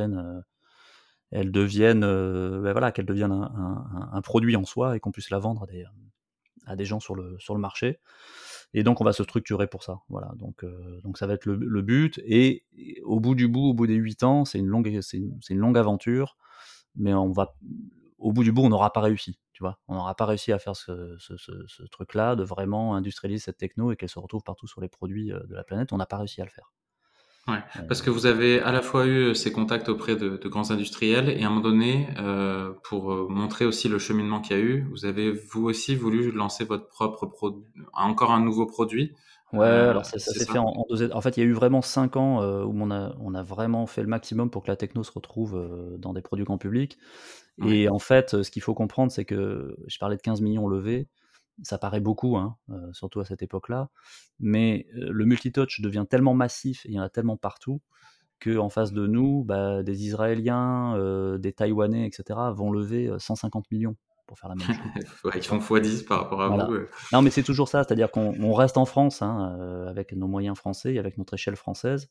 B: bah, voilà, qu'elle devienne un produit en soi et qu'on puisse la vendre à des gens sur le marché. Et donc on va se structurer pour ça. Voilà, donc ça va être le but. Et au bout du bout, au bout des 8 ans, c'est une longue aventure, mais au bout du bout, on n'aura pas réussi. Tu vois, on n'aura pas réussi à faire ce truc-là, de vraiment industrialiser cette techno et qu'elle se retrouve partout sur les produits de la planète. On n'a pas réussi à le faire.
A: Ouais, parce que vous avez à la fois eu ces contacts auprès de grands industriels et à un moment donné, pour montrer aussi le cheminement qu'il y a eu, vous avez vous aussi voulu lancer votre propre encore un nouveau produit,
B: Ouais, alors ça
A: c'est
B: s'est fait
A: ça?
B: en 2 é en fait, il y a eu vraiment 5 ans, où on a vraiment fait le maximum pour que la techno se retrouve, dans des produits grand public.
A: Ouais.
B: Et en fait, ce qu'il faut comprendre, c'est que je parlais de 15 millions levés, ça paraît beaucoup, hein, surtout à cette époque-là, mais le multitouch devient tellement massif et il y en a tellement partout qu'en face de nous, bah, des Israéliens, des Taïwanais et cetera vont lever, 150 millions pour faire la même chose,
A: Ouais, ils
B: tu
A: font
B: vois?
A: x10 par rapport à
B: Voilà.
A: vous.
B: Non, mais c'est toujours ça, c'est-à-dire qu'on reste en France, hein, avec nos moyens français et avec notre échelle française.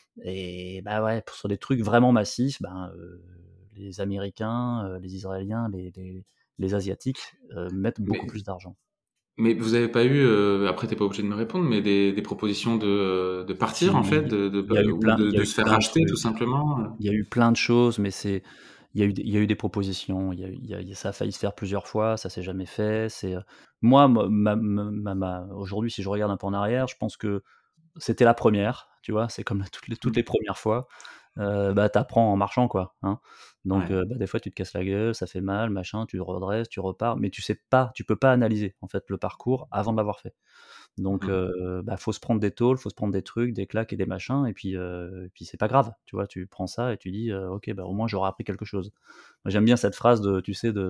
B: Et bah, ouais, sur des trucs vraiment massifs, ben, les Américains, les Israéliens, les Asiatiques, mettent beaucoup
A: Mais
B: plus d'argent.
A: mais vous avez pas eu, après t'es pas obligé de me répondre, mais des propositions de partir en fait,
B: Si, il y a eu
A: ou
B: plein il y a
A: de
B: eu
A: se faire
B: plein de
A: racheter tout
B: trucs,
A: simplement?
B: il y a eu plein de choses, mais il y a eu des propositions, ça a failli se faire plusieurs fois, ça s'est jamais fait. Moi, aujourd'hui, si je regarde un peu en arrière, je pense que c'était la première, tu vois? C'est comme toutes les
A: Mmh.
B: premières fois, bah, tu apprends en marchant, quoi, hein. Donc
A: Ouais.
B: bah, des fois, tu te casses la gueule, ça fait mal, machin, tu te redresses, tu repars, mais tu peux pas analyser, en fait, le parcours avant de l'avoir fait. Donc
A: Mmh.
B: bah, faut se prendre des tôles, faut se prendre des trucs, des claques et des machins et puis c'est pas grave, tu vois? Tu prends ça et tu dis: «OK, bah, au moins j'aurai appris quelque chose». Moi, j'aime bien cette phrase de tu sais,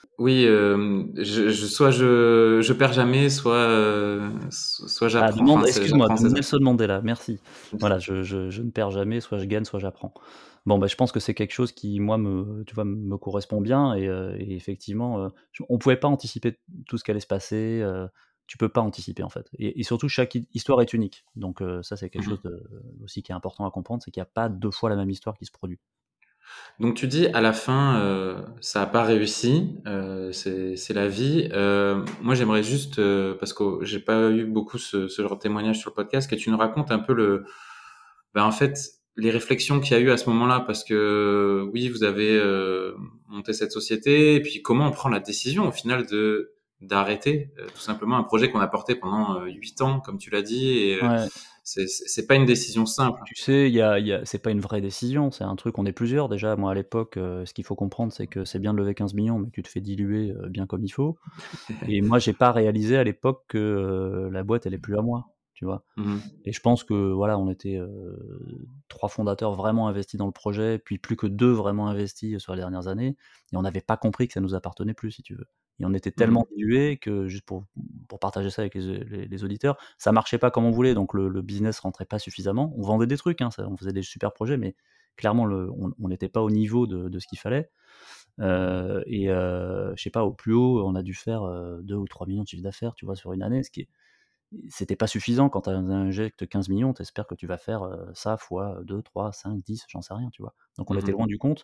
A: Oui, soit je perds jamais, soit
B: Ah,
A: j'apprends,
B: demande
A: enfin,
B: excuse-moi,
A: j'apprends,
B: de
A: c'est ça?
B: Nelson Mandela, merci. Voilà, je ne perds jamais, soit je gagne, soit j'apprends. Bon, bah, je pense que c'est quelque chose qui, moi, tu vois, me correspond bien et effectivement, on pouvait pas anticiper tout ce qui allait se passer, tu peux pas anticiper, en fait et surtout chaque histoire est unique donc ça, c'est quelque chose
A: Mmh.
B: de aussi qui est important à comprendre, c'est qu'il y a pas 2 fois la même histoire qui se produit.
A: Donc tu dis à la fin, ça a pas réussi, c'est la vie. Moi j'aimerais juste, parce que j'ai pas eu beaucoup ce genre de témoignage sur le podcast, que tu nous racontes un peu en fait, les réflexions qu'il y a eu à ce moment-là, parce que oui, vous avez monté cette société, et puis comment on prend la décision au final de d'arrêter tout simplement un projet qu'on a porté pendant 8 ans, comme tu l'as dit, et
B: Ouais.
A: c'est pas une décision simple.
B: Tu sais, il y a c'est pas une vraie décision, c'est un truc on est plusieurs déjà. Moi, à l'époque, ce qu'il faut comprendre, c'est que c'est bien de lever 15 millions, mais tu te fais diluer, bien comme il faut et moi, j'ai pas réalisé à l'époque que, la boîte, elle est plus à moi, tu vois?
A: Mhm.
B: Et je pense que, voilà, on était, 3 fondateurs vraiment investis dans le projet, puis plus que 2 vraiment investis, sur les dernières années et on n'avait pas compris que ça nous appartenait plus, si tu veux et on était tellement
A: Mhm.
B: dilués que juste pour partager ça avec les auditeurs, ça marchait pas comme on voulait, donc le business rentrait pas suffisamment. On vendait des trucs, hein, ça on faisait des super projets, mais clairement on n'était pas au niveau de ce qu'il fallait, je sais pas, au plus haut, on a dû faire, 2 ou 3 millions de chiffre d'affaires, tu vois, sur une année, ce qui est c'était pas suffisant quand tu injectes 15 millions, tu espères que tu vas faire, ça fois 2, 3, 5, 10, j'en sais rien, tu vois? Donc on était loin
A: Mhm.
B: du compte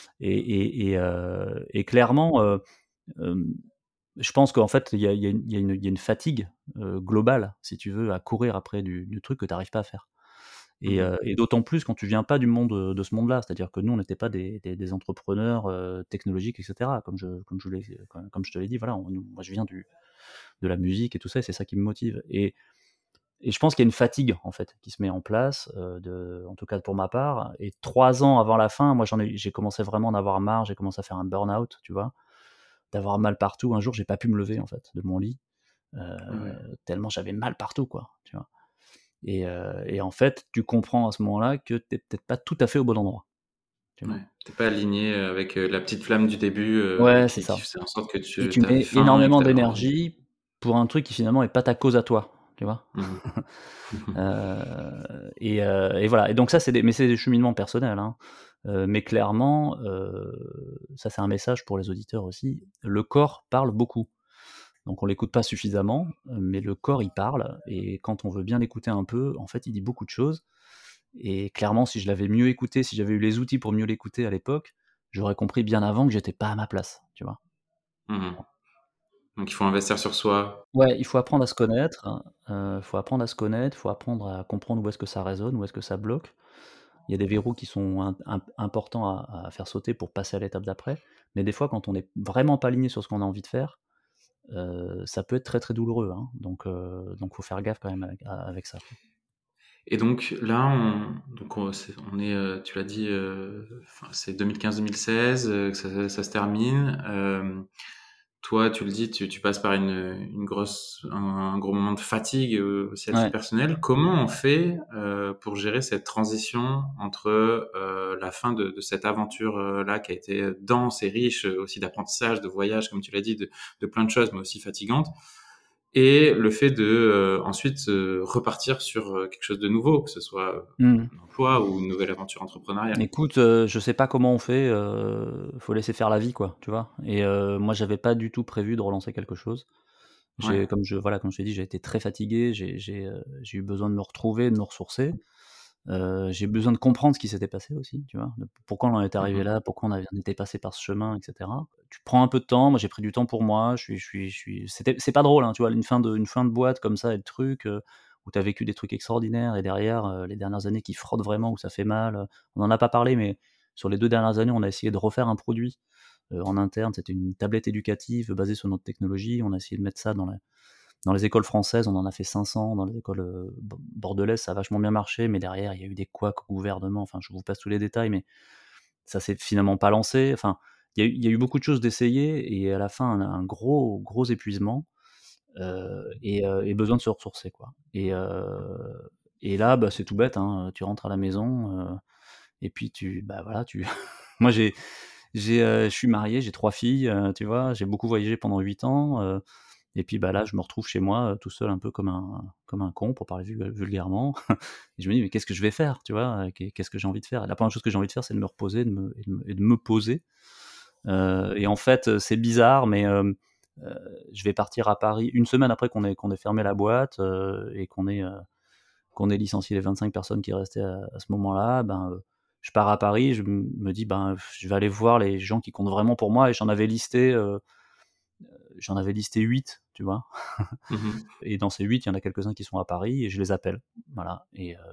B: et clairement, hem, je pense qu'en fait, il y a une fatigue, globale, si tu veux, à courir après du truc que tu arrives pas à faire
A: Mhm.
B: et d'autant plus quand tu viens pas du monde, de ce monde-là. C'est-à-dire que nous, on n'était pas des entrepreneurs, technologiques et cetera. Comme je te l'ai dit, voilà, moi je viens du de la musique et tout ça et c'est ça qui me motive et je pense qu'il y a une fatigue, en fait, qui se met en place, en tout cas pour ma part et 3 ans avant la fin, moi j'ai commencé vraiment à en avoir marre, j'ai commencé à faire un burn-out, tu vois? D'avoir mal partout. Un jour, j'ai pas pu me lever, en fait, de mon lit,
A: Ouais.
B: tellement j'avais mal partout, quoi, tu vois? Et en fait, tu comprends à ce moment-là que tu es peut-être pas tout à fait au bon endroit, tu vois?
A: Ouais, tu pas aligné, avec, la petite flamme du début,
B: Ouais, c'est
A: qui
B: ça
A: faisait en sorte que
B: et
A: tu
B: tu
A: avais
B: mets
A: faim et que
B: énormément
A: tu avais envie.
B: d'énergie pour un truc qui finalement est pas ta cause à toi, tu vois?
A: Mmh mh.
B: Et voilà et donc ça, c'est des cheminements personnels, hein, mais clairement, ça, c'est un message pour les auditeurs aussi, le corps parle beaucoup. Donc on l'écoute pas suffisamment, mais le corps, il parle et quand on veut bien l'écouter un peu, en fait, il dit beaucoup de choses et clairement, si je l'avais mieux écouté, si j'avais eu les outils pour mieux l'écouter à l'époque, j'aurais compris bien avant que j'étais pas à ma place, tu vois?
A: Mmh. Donc il faut investir sur soi.
B: Ouais, il faut apprendre à se connaître, faut apprendre à se connaître, faut apprendre à comprendre où est-ce que ça résonne, où est-ce que ça bloque. Il y a des verrous qui sont importants à faire sauter pour passer à l'étape d'après, mais des fois, quand on est vraiment pas aligné sur ce qu'on a envie de faire, ça peut être très, très douloureux, hein, donc faut faire gaffe quand même avec ça, quoi.
A: Et donc là, on est, tu l'as dit, enfin, c'est 2015-2016, que ça se termine. Toi, tu le dis, tu passes par un gros moment de fatigue, aussi à titre
B: Ouais.
A: personnel. Comment on fait pour gérer cette transition entre la fin de cette aventure là qui a été dense et riche, aussi d'apprentissage, de voyage, comme tu l'as dit, de plein de choses, mais aussi fatigante, et le fait de ensuite repartir sur quelque chose de nouveau, que ce soit
B: Mmh.
A: un emploi ou une nouvelle aventure entrepreneuriale.
B: Écoute, je sais pas comment on fait, faut laisser faire la vie, quoi, tu vois? Moi, j'avais pas du tout prévu de relancer quelque chose.
A: Ouais.
B: Comme je t'ai dit, j'ai été très fatigué, j'ai eu besoin de me retrouver, de me ressourcer. J'ai besoin de comprendre ce qui s'était passé aussi, tu vois? De pourquoi on en est arrivé
A: Mhm.
B: là, pourquoi on était passé par ce chemin et cetera. Tu prends un peu de temps, moi j'ai pris du temps pour moi, je suis c'est pas drôle, hein, tu vois? Une fin de boîte comme ça et de trucs, où tu as vécu des trucs extraordinaires et derrière, les dernières années qui frottent vraiment, où ça fait mal, on en a pas parlé, mais sur les 2 dernières années, on a essayé de refaire un produit, en interne. C'était une tablette éducative basée sur notre technologie. On a essayé de mettre ça dans les écoles françaises, on en a fait 500, dans les écoles, bordelaises, ça a vachement bien marché, mais derrière, il y a eu des couacs au gouvernement, enfin, je vous passe tous les détails, mais ça s'est finalement pas lancé. Enfin, il y a eu beaucoup de choses d'essayer et à la fin, un gros, gros épuisement, et besoin de se ressourcer, quoi et là, bah, c'est tout bête, hein, tu rentres à la maison, et puis bah, voilà, moi, Je suis marié, j'ai 3 filles, tu vois? J'ai beaucoup voyagé pendant 8 ans, et puis, bah, là, je me retrouve chez moi, tout seul un peu comme un con pour parler vulgairement et je me dis: «Mais qu'est-ce que je vais faire?» Tu vois? Qu'est-ce que j'ai envie de faire? Et la première chose que j'ai envie de faire, c'est de me reposer, de me poser, et en fait, c'est bizarre, mais heu, je vais partir à Paris une semaine après qu'on ait fermé la boîte, et qu'on ait licencié les 25 personnes qui restaient à ce moment-là. Ben, je pars à Paris, je me dis: «Ben, je vais aller voir les gens qui comptent vraiment pour moi», et j'en avais listé 8, tu vois?
A: Mmh.
B: Et dans ces 8, il y en a quelques-uns qui sont à Paris et je les appelle. Voilà,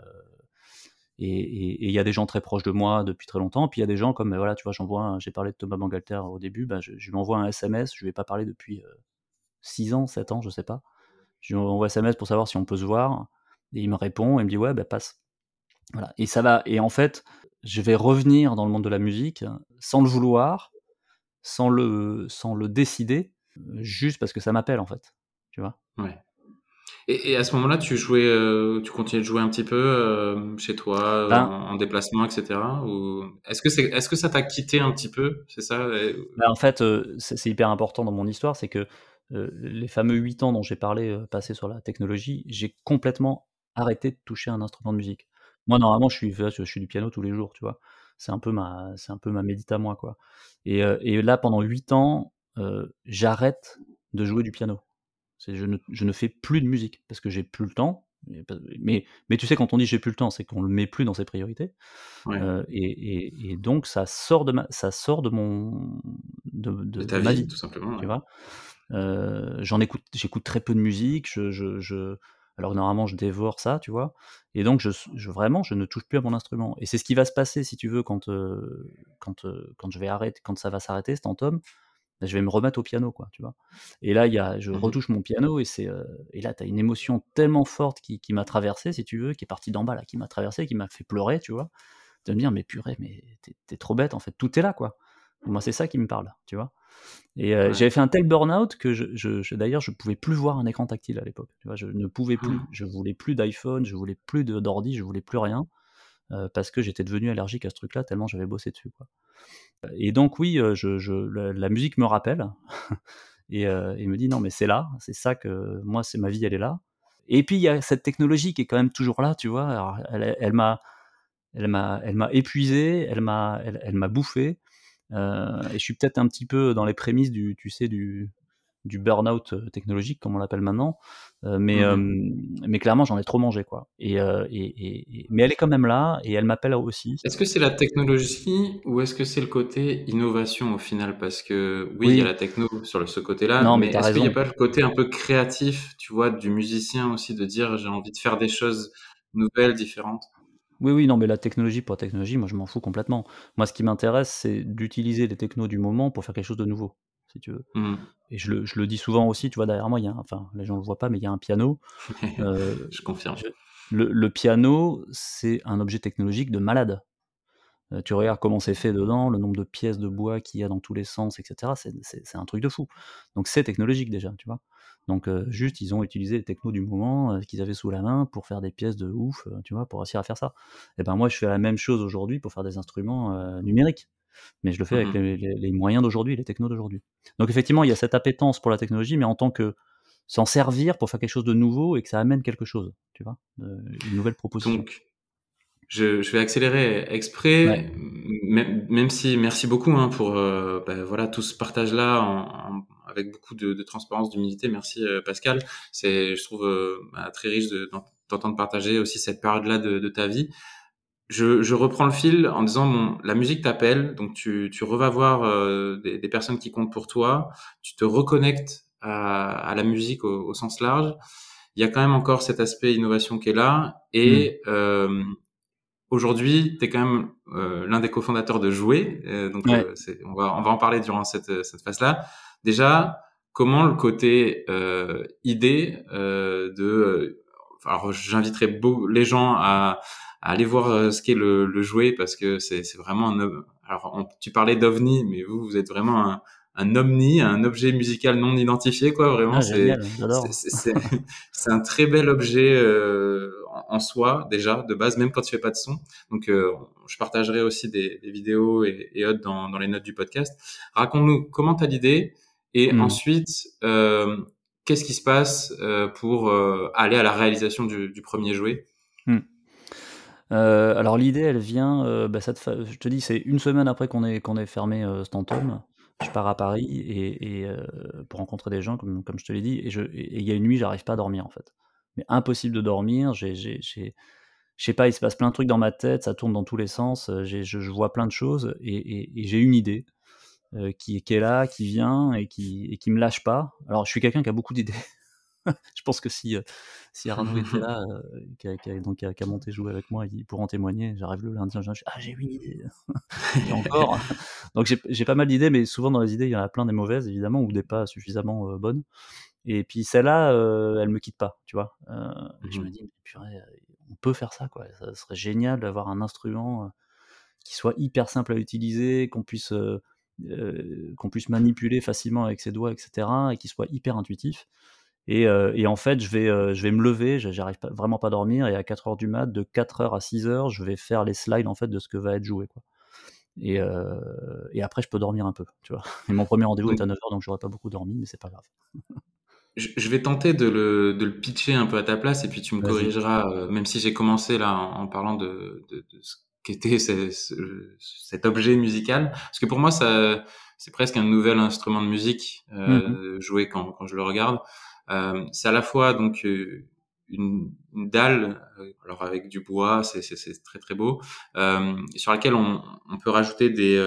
B: et il y a des gens très proches de moi depuis très longtemps, puis il y a des gens comme, voilà, tu vois, j'ai parlé de Thomas Bangalter au début, bah, je lui envoie un SMS, je lui ai pas parlé depuis, 6 ans, 7 ans, je sais pas. Je lui envoie un SMS pour savoir si on peut se voir et il me répond et il me dit: «Ouais, bah, passe». Voilà, et ça va, et en fait, je vais revenir dans le monde de la musique sans le vouloir, sans le décider, juste parce que ça m'appelle, en fait, tu vois?
A: Ouais. Et à ce moment-là, tu continuais de jouer un petit peu chez toi,
B: Ben
A: en déplacement, etc. Ou est-ce que ça t'a quitté un petit peu, c'est ça?
B: En fait, c'est hyper important dans mon histoire, c'est que, les fameux 8 ans dont j'ai parlé, passés sur la technologie, j'ai complètement arrêté de toucher un instrument de musique. Moi, normalement, je suis du piano tous les jours, tu vois? C'est un peu ma médite à moi, quoi, et là, pendant 8 ans, j'arrête de jouer du piano. Je ne fais plus de musique parce que j'ai plus le temps, mais tu sais, quand on dit: «J'ai plus le temps», c'est qu'on le met plus dans ses priorités.
A: Ouais,
B: Et donc ça sort
A: de
B: de
A: ta
B: ma
A: vie,
B: vie,
A: tout simplement. Ouais.
B: tu vois? J'écoute très peu de musique, alors normalement je dévore ça, tu vois? Et donc vraiment, je ne touche plus à mon instrument, et c'est ce qui va se passer si tu veux quand je vais arrêter, quand ça va s'arrêter cet tome, bah, je vais me remettre au piano, quoi, tu vois? Et là, je
A: Mhm.
B: retouche mon piano, et là, tu as une émotion tellement forte qui m'a traversé, si tu veux, qui est partie d'en bas là, qui m'a traversé, qui m'a fait pleurer, tu vois? De me dire: «Mais purée, mais tu es trop bête en fait, tout est là, quoi». Moi, c'est ça qui me parle, tu vois? Et
A: Ouais.
B: j'avais fait un tel burn-out que d'ailleurs, je pouvais plus voir un écran tactile à l'époque, tu vois? Je ne pouvais plus,
A: Ah.
B: je voulais plus d'iPhone, je voulais plus d'ordi, je voulais plus rien, parce que j'étais devenu allergique à ce truc-là tellement j'avais bossé dessus, quoi. Et donc oui, la musique me rappelle et me dit: «Non, mais c'est là, c'est ça que moi, c'est ma vie, elle est là». Et puis il y a cette technologie qui est quand même toujours là, tu vois? Alors elle m'a épuisé, elle m'a bouffé, et je suis peut-être un petit peu dans les prémices du burn-out, technologique comme on l'appelle maintenant,
A: Mhm.
B: mais clairement j'en ai trop mangé, quoi, mais elle est quand même là et elle m'appelle aussi.
A: Est-ce que c'est la technologie ou est-ce que c'est le côté innovation au final? Parce que oui, il y a
B: Oui,
A: la techno sur ce côté-là,
B: non, mais
A: mais
B: tu as
A: est-ce qu'il n'y a
B: raison.
A: pas le côté un peu créatif, tu vois, du musicien aussi, de dire j'ai envie de faire des choses nouvelles, différentes?
B: Oui, oui, non, mais la technologie pour la technologie, moi je m'en fous complètement. Moi, ce qui m'intéresse, c'est d'utiliser les technos du moment pour faire quelque chose de nouveau, si tu veux.
A: Mhm.
B: Et je le dis souvent aussi, tu vois, derrière moi, enfin, les gens le voient pas, mais il y a un piano. Heu,
A: Je confirme.
B: je le piano, c'est un objet technologique de malade. Tu regardes comment c'est fait dedans, le nombre de pièces de bois qu'il y a dans tous les sens, et cetera, c'est un truc de fou. Donc c'est technologique déjà, tu vois? Donc juste ils ont utilisé les technos du moment, qu'ils avaient sous la main pour faire des pièces de ouf, tu vois? Pour réussir à faire ça. Et ben moi je fais la même chose aujourd'hui pour faire des instruments, numériques, mais je le fais avec
A: Mhm.
B: les moyens d'aujourd'hui, les technos d'aujourd'hui. Donc effectivement, il y a cette appétence pour la technologie, mais en tant que s'en servir pour faire quelque chose de nouveau et que ça amène quelque chose, tu vois? Une nouvelle proposition.
A: Donc, je vais accélérer
B: Ouais.
A: exprès, même si merci beaucoup hein, pour bah, voilà tout ce partage-là avec beaucoup de transparence, d'humilité. Merci Pascal. C'est, je trouve, bah, très riche d'entendre partager aussi cette période-là de ta vie. Je reprends le fil en disant bon, la musique t'appelle, donc tu revas voir des personnes qui comptent pour toi. Tu te reconnectes à la musique au sens large. Il y a quand même encore cet aspect innovation qui est là
B: Mmh.
A: et aujourd'hui, tu es quand même l'un des cofondateurs de Jouer, donc
B: Ouais.
A: on va en parler durant cette phase-là. Déjà, comment le côté idée alors j'inviterai les gens à aller voir ce qu'est le Jouet parce que c'est vraiment alors tu parlais d'ovni, mais vous êtes vraiment un omni, un objet musical non identifié quoi. Vraiment,
B: Ah génial,
A: c'est
B: j'adore.
A: c'est c'est c'est un très bel objet en soi déjà de base, même quand tu fais pas de son. Donc je partagerai aussi des vidéos et autres dans les notes du podcast. Raconte-nous comment tu as l'idée et
B: Mmh.
A: ensuite qu'est-ce qui se passe pour aller à la réalisation du premier jouet.
B: Mmh. Alors l'idée, elle vient, bah, je te dis, c'est une semaine après qu'on ait fermé, Stanton. Je pars à Paris pour rencontrer des gens comme je te l'ai dit et il y a une nuit, j'arrive pas à dormir, en fait. Mais impossible de dormir, j'ai je sais pas, il se passe plein de trucs dans ma tête, ça tourne dans tous les sens, je vois plein de choses et j'ai une idée, qui est là, qui vient et qui me lâche pas. Alors je suis quelqu'un qui a beaucoup d'idées. Je pense que si Arnaud était là, qui a monté jouer avec moi, il pourra en témoigner. J'arrive le lundi, je «Ah, j'ai une idée!» et encore. Donc j'ai pas mal d'idées, mais souvent dans les idées, il y en a plein des mauvaises évidemment ou des pas suffisamment, bonnes et puis celle-là, elle me quitte pas, tu vois? Et je me
A: Mhm.
B: dis: «Mais purée, on peut faire ça, quoi. Ça serait génial d'avoir un instrument, qui soit hyper simple à utiliser, qu'on puisse manipuler facilement avec ses doigts et cetera et qui soit hyper intuitif». Et en fait, je vais me lever, j'arrive pas vraiment pas à dormir et à 4 heures du mat, de 4 heures à 6 heures, je vais faire les slides, en fait, de ce que va être joué, quoi. Et après je peux dormir un peu, tu vois? Et mon premier rendez-vous est
A: Donc
B: à 9 heures, donc j'aurais pas beaucoup dormi, mais c'est pas grave.
A: je vais tenter de le pitcher un peu à ta place et puis tu me
B: Vas-y.
A: corrigeras, même si j'ai commencé là en parlant de ce qu'était cet objet musical. Parce que pour moi, c'est presque un nouvel instrument de musique
B: Mmh.
A: joué quand je le regarde. C'est à la fois donc une dalle, alors avec du bois, c'est très très beau, sur laquelle on peut rajouter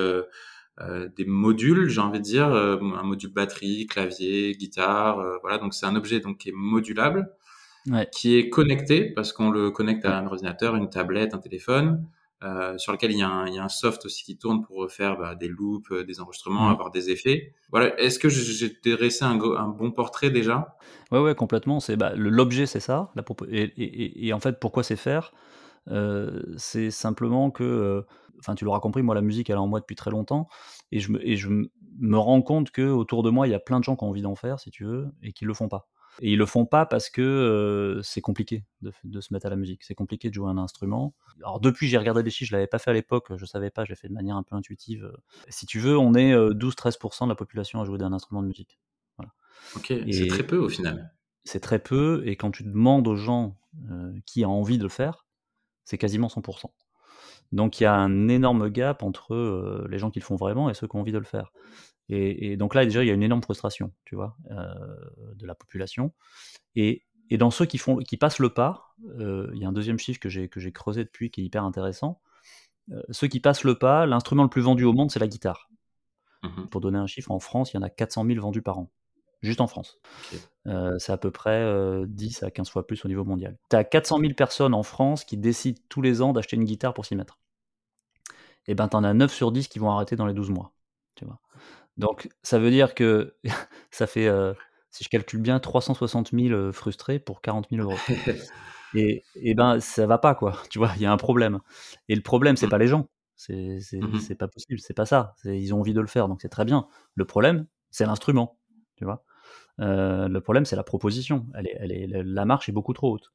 A: des modules, j'ai envie de dire, un module batterie, clavier, guitare, voilà. Donc c'est un objet donc qui est modulable,
B: Ouais,
A: qui est connecté parce qu'on le connecte
B: ouais.
A: à un ordinateur, une tablette, un téléphone, sur lequel il y a un soft aussi qui tourne pour faire des loops, des enregistrements,
B: Mmh.
A: avoir des effets. Voilà. Est-ce que j'ai dressé un bon portrait déjà?
B: Ouais, ouais, complètement, l'objet, c'est ça, la propo et en fait, pourquoi c'est faire? C'est simplement que, enfin, tu l'auras compris, moi, la musique, elle est en moi depuis très longtemps et je me rends compte que autour de moi, il y a plein de gens qui ont envie d'en faire, si tu veux, et qui le font pas. Et ils le font pas parce que, c'est compliqué de se mettre à la musique. C'est compliqué de jouer un instrument. Alors depuis, j'ai regardé des chiffres, je l'avais pas fait à l'époque, je savais pas, j'ai fait de manière un peu intuitive, Si tu veux, on est, 12-13 de la population à jouer d'un instrument de musique. Voilà.
A: Ok, c'est très
B: Et
A: peu au final.
B: c'est très peu et quand tu demandes aux gens, qui a envie de le faire, c'est quasiment 100. Donc il y a un énorme gap entre, les gens qui le font vraiment et ceux qui ont envie de le faire. Et donc là, déjà, il y a une énorme frustration, tu vois, de la population et dans ceux qui passent le pas, il y a un deuxième chiffre que j'ai creusé depuis qui est hyper intéressant. Ceux qui passent le pas, l'instrument le plus vendu au monde, c'est la guitare.
A: Mhm.
B: Pour donner un chiffre, en France, il y en a 400 000 vendus par an, juste en France.
A: Ok.
B: C'est à peu près, 10 à 15 fois plus au niveau mondial. Tu as 400 000 personnes en France qui décident tous les ans d'acheter une guitare pour s'y mettre. Et ben, tu en as 9 sur 10 qui vont arrêter dans les 12 mois, tu vois? Donc ça veut dire que ça fait, si je calcule bien, 360 000, frustrés pour 40 000 heureux. Et ben, ça va pas quoi, tu vois? Il y a un problème. Et le problème, c'est
A: Mm.
B: pas les gens, c'est
A: Mhm.
B: pas possible, c'est pas ça. Ils ont envie de le faire, donc c'est très bien. Le problème, c'est l'instrument, tu vois? Le problème, c'est la proposition. Elle est la marche est beaucoup trop haute.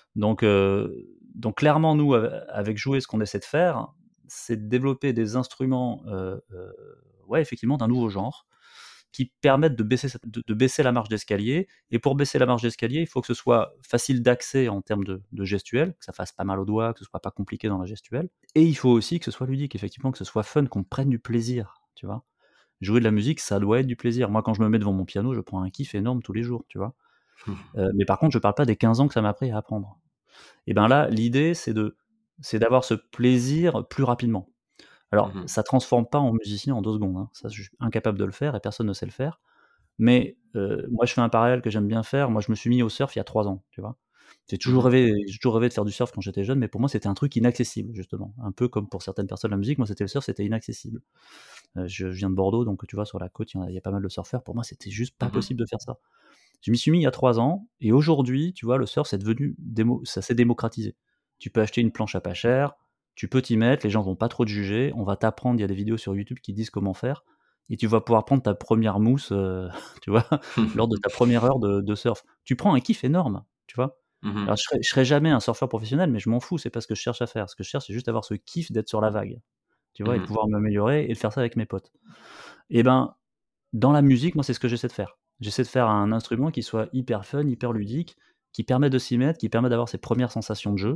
B: Donc clairement, nous, avec Jouer, ce qu'on essaie de faire, c'est de développer des instruments, ouais, effectivement, d'un nouveau genre, qui permettent de baisser la marche d'escalier. Et pour baisser la marche d'escalier, il faut que ce soit facile d'accès en termes de gestuelle, que ça fasse pas mal aux doigts, que ce soit pas compliqué dans la gestuelle. Et il faut aussi que ce soit ludique, effectivement, que ce soit fun, qu'on prenne du plaisir, tu vois? Jouer de la musique, ça doit être du plaisir. Moi, quand je me mets devant mon piano, je prends un kiff énorme tous les jours, tu vois? Mais par contre, je parle pas des 15 ans que ça m'a pris à apprendre. Et ben là, l'idée, c'est d'avoir ce plaisir plus rapidement. Alors,
A: Mhm.
B: ça transforme pas en musicien en 2 secondes, hein. Ça, je suis incapable de le faire et personne ne sait le faire. Mais, moi, je fais un parallèle que j'aime bien faire. Moi, je me suis mis au surf il y a 3 ans, tu vois?
A: Mhm.
B: J'ai toujours rêvé de faire du surf quand j'étais jeune, mais pour moi, c'était un truc inaccessible, justement. Un peu comme pour certaines personnes la musique, moi, c'était le surf, c'était inaccessible. Je viens de Bordeaux, donc tu vois, sur la côte, il y a pas mal de surfeurs. Pour moi, c'était juste pas
A: Mhm.
B: possible de faire ça. Je m'y suis mis il y a 3 ans et aujourd'hui, tu vois, le surf, c'est devenu ça s'est démocratisé. Tu peux acheter une planche à pas cher, tu peux t'y mettre, les gens vont pas trop te juger, on va t'apprendre, il y a des vidéos sur YouTube qui disent comment faire et tu vas pouvoir prendre ta première mousse, tu vois, lors de ta première heure de surf. Tu prends un kiff énorme, tu vois?
A: Mmh.
B: Alors je serai jamais un surfeur professionnel, mais je m'en fous, c'est pas ce que je cherche à faire. Ce que je cherche, c'est juste avoir ce kiff d'être sur la vague, tu vois? Et de
A: Mmh.
B: pouvoir m'améliorer et de faire ça avec mes potes. Et ben, dans la musique, moi, c'est ce que j'essaie de faire. J'essaie de faire un instrument qui soit hyper fun, hyper ludique, qui permet de s'y mettre, qui permet d'avoir ses premières sensations de jeu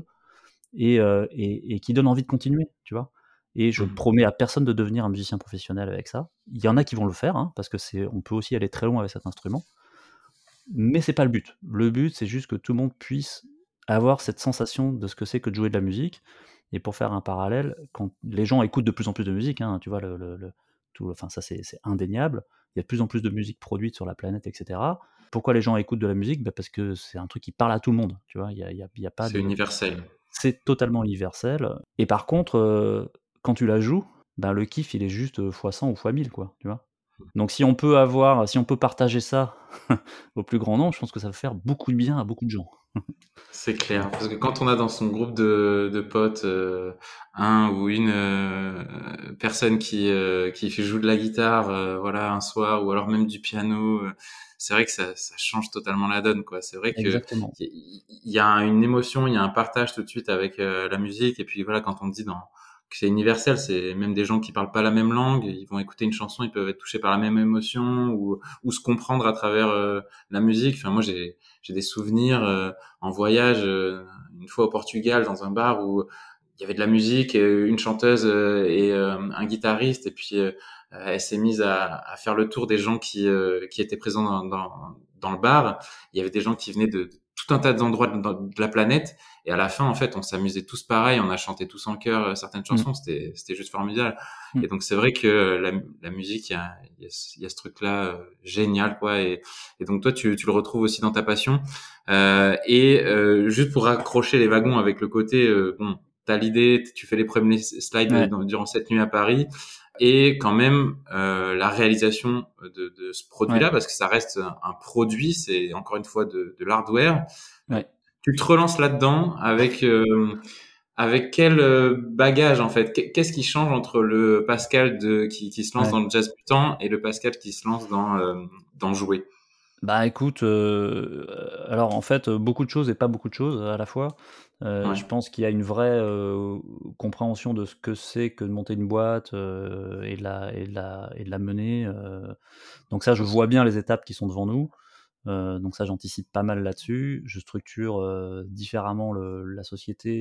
B: et qui donne envie de continuer, tu vois? Et je
A: Mmh.
B: promets à personne de devenir un musicien professionnel avec ça. Il y en a qui vont le faire, hein, parce que on peut aussi aller très loin avec cet instrument, mais c'est pas le but. Le but, c'est juste que tout le monde puisse avoir cette sensation de ce que c'est que de jouer de la musique. Et pour faire un parallèle, quand les gens écoutent de plus en plus de musique, hein, tu vois, enfin ça c'est indéniable. Il y a de plus en plus de musique produite sur la planète, et cetera. Pourquoi les gens écoutent de la musique? Bah, parce que c'est un truc qui parle à tout le monde, tu vois? Il y a pas
A: C'est
B: de
A: universel.
B: C'est totalement universel. Et par contre, quand tu la joues, ben, le kiff, il est juste, fois 100 ou fois 1000 quoi, tu vois? Donc si on peut partager ça au plus grand nombre, je pense que ça va faire beaucoup de bien à beaucoup de gens.
A: C'est clair, parce que quand on a dans son groupe de potes un ou une personne qui fait jouer de la guitare, voilà, un soir, ou alors même du piano, c'est vrai que ça change totalement la donne, quoi. C'est vrai que
B: Exactement.
A: il y a une émotion, il y a un partage tout de suite avec la musique, et puis voilà, quand on dit que c'est universel, c'est même des gens qui parlent pas la même langue, ils vont écouter une chanson, ils peuvent être touchés par la même émotion, ou se comprendre à travers la musique. Enfin, moi, j'ai des souvenirs. En voyage une fois au Portugal dans un bar où il y avait de la musique, une chanteuse et un guitariste, et puis elle s'est mise à faire le tour des gens qui étaient présents dans le bar. Il y avait des gens qui venaient de tout un tas d'endroits de la planète, et à la fin en fait on s'amusait tous pareil, on a chanté tous en chœur certaines
B: Mmh.
A: chansons, c'était juste formidable. Et
B: Mmh.
A: donc c'est vrai que la musique, il y a ce truc là génial, quoi. Et donc toi tu le retrouves aussi dans ta passion. Juste pour raccrocher les wagons avec le côté, bon, t'as l'idée, tu fais les premiers slides
B: Ouais,
A: durant cette nuit à Paris, et quand même la réalisation de ce
B: ouais,
A: produit-là, parce que ça reste un produit, c'est encore une fois de l'hardware. Euh,
B: ouais,
A: Tu te relances là-dedans avec quel bagage en fait? Qu'est-ce qui change entre le Pascal qui se lance
B: ouais.
A: dans le jazz mutant et le Pascal qui se lance dans jouer?
B: Bah, écoute, alors en fait, beaucoup de choses et pas beaucoup de choses à la fois.
A: Ouais.
B: Je pense qu'il y a une vraie, compréhension de ce que c'est que de monter une boîte, et de la mener, donc ça, je vois bien les étapes qui sont devant nous, donc ça, j'anticipe pas mal là-dessus. Je structure, différemment la société.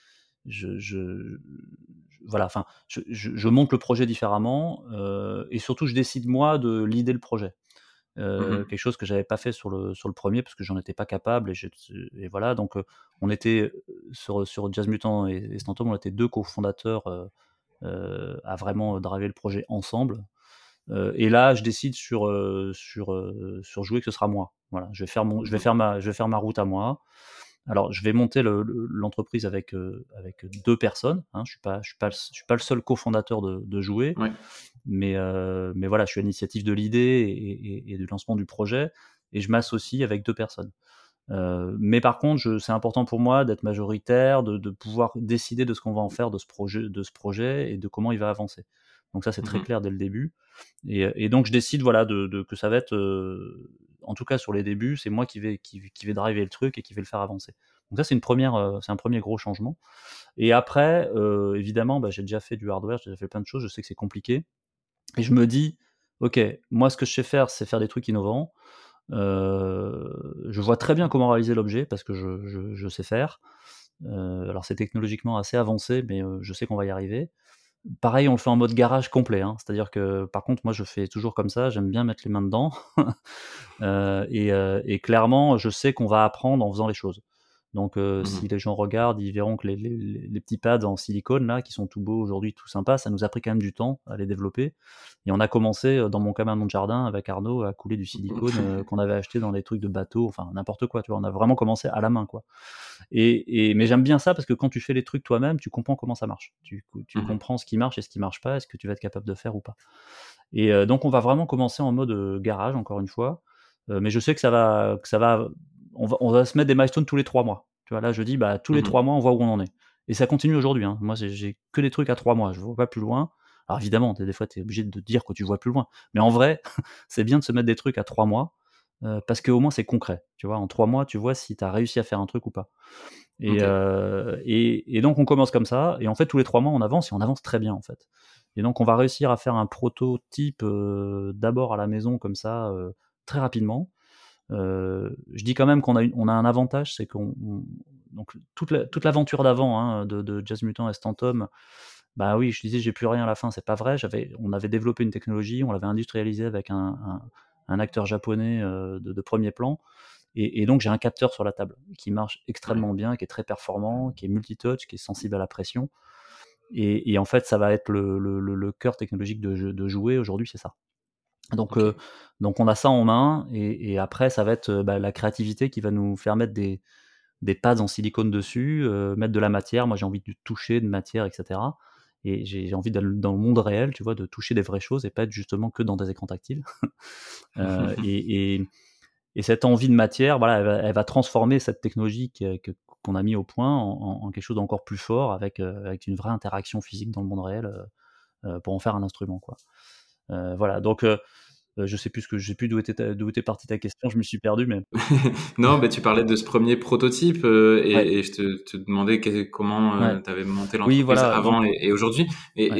B: Je voilà, enfin, je monte le projet différemment, et surtout je décide moi de leader le projet.
A: Mhm.
B: Quelque chose que j'avais pas fait sur le premier parce que j'en étais pas capable et voilà donc, on était, sur Jazz Mutant et Stanton, on était 2 cofondateurs, à vraiment driver le projet ensemble, et là je décide sur Jouer que ce sera moi. Voilà,
A: Mhm.
B: je vais faire ma route à moi. Alors je vais monter l'entreprise avec 2 personnes, hein. Je suis pas le seul cofondateur de Jouer,
A: Ouais.
B: mais voilà, je suis à l'initiative de l'idée et du lancement du projet et je m'associe avec 2 personnes. Mais par contre, c'est important pour moi d'être majoritaire, de pouvoir décider de ce qu'on va en faire de ce projet et de comment il va avancer. Donc ça, c'est très
A: Mhm.
B: clair dès le début et donc je décide, voilà, que ça va être, en tout cas sur les débuts, c'est moi qui vais driver le truc et qui vais le faire avancer. Donc ça, c'est un premier gros changement et après, évidemment, bah, j'ai déjà fait du hardware, j'ai déjà fait plein de choses, je sais que c'est compliqué et je me dis: «OK, moi ce que je sais faire, c'est faire des trucs innovants». Je vois très bien comment réaliser l'objet parce que je sais faire. Alors c'est technologiquement assez avancé, mais je sais qu'on va y arriver. Pareil, on le fait en mode garage complet, hein. C'est-à-dire que, par contre, moi, je fais toujours comme ça, j'aime bien mettre les mains dedans, et clairement, je sais qu'on va apprendre en faisant les choses. Donc si
A: Mhm.
B: les gens regardent, ils verront que les petits pads en silicone là, qui sont tout beaux aujourd'hui, tout sympas, ça nous a pris quand même du temps à les développer et on a commencé, dans mon camion de jardin avec Arnaud à couler du silicone, qu'on avait acheté dans les trucs de bateau, enfin n'importe quoi, tu vois? On a vraiment commencé à la main, quoi mais j'aime bien ça parce que quand tu fais les trucs toi-même, tu comprends comment ça marche. Tu
A: Mhm.
B: comprends ce qui marche et ce qui marche pas, est-ce que tu vas être capable de faire ou pas et donc on va vraiment commencer en mode, garage encore une fois, mais je sais que ça va on va se mettre des milestones tous les 3 mois. Tu vois? Là, je dis: «Bah, tous les 3
A: Mhm.
B: mois, on voit où on en est» et ça continue aujourd'hui, hein. Moi, j'ai que des trucs à 3 mois, je vois pas plus loin. Alors évidemment, des fois, tu es obligé de dire que tu vois plus loin, mais en vrai, c'est bien de se mettre des trucs à 3 mois, parce qu'au moins c'est concret, tu vois? En 3 mois, tu vois si tu as réussi à faire un truc ou pas. Et,
A: OK.
B: heu et donc on commence comme ça et en fait tous les 3 mois on avance et on avance très bien, en fait. Et donc on va réussir à faire un prototype, d'abord à la maison comme ça, très rapidement. Je dis quand même qu'on a un avantage, c'est qu'on donc toute l'aventure d'avant, hein, de Jazz Mutant et Stantom, bah, oui, je disais: «J'ai plus rien à la fin», c'est pas vrai. On avait développé une technologie, on l'avait industrialisée avec un acteur japonais, de 1er plan et donc j'ai un capteur sur la table qui marche
A: Ouais.
B: extrêmement bien, qui est très performant, qui est multitouch, qui est sensible à la pression et en fait, ça va être le cœur technologique de Jouer aujourd'hui, c'est ça. Donc,
A: OK.
B: heu, donc on a ça en main et après ça va être, bah, la créativité qui va nous faire mettre des pads en silicone dessus, mettre de la matière. Moi, j'ai envie de toucher, de matière et cetera et j'ai envie d'aller dans le monde réel, tu vois? De toucher des vraies choses et pas être justement que dans des écrans tactiles. Heu et et et cette envie de matière, voilà, elle va transformer cette technologie qu'on a mis au point en quelque chose d'encore plus fort avec une vraie interaction physique dans le monde réel, pour en faire un instrument, quoi. Voilà donc je sais plus d'où était partie ta question, je me suis perdu mais
A: Non, tu parlais de ce premier prototype,
B: ouais,
A: et je te demandais comment,
B: ouais.
A: tu avais monté
B: Oui,
A: l'entreprise
B: voilà,
A: avant et aujourd'hui. Et
B: ouais.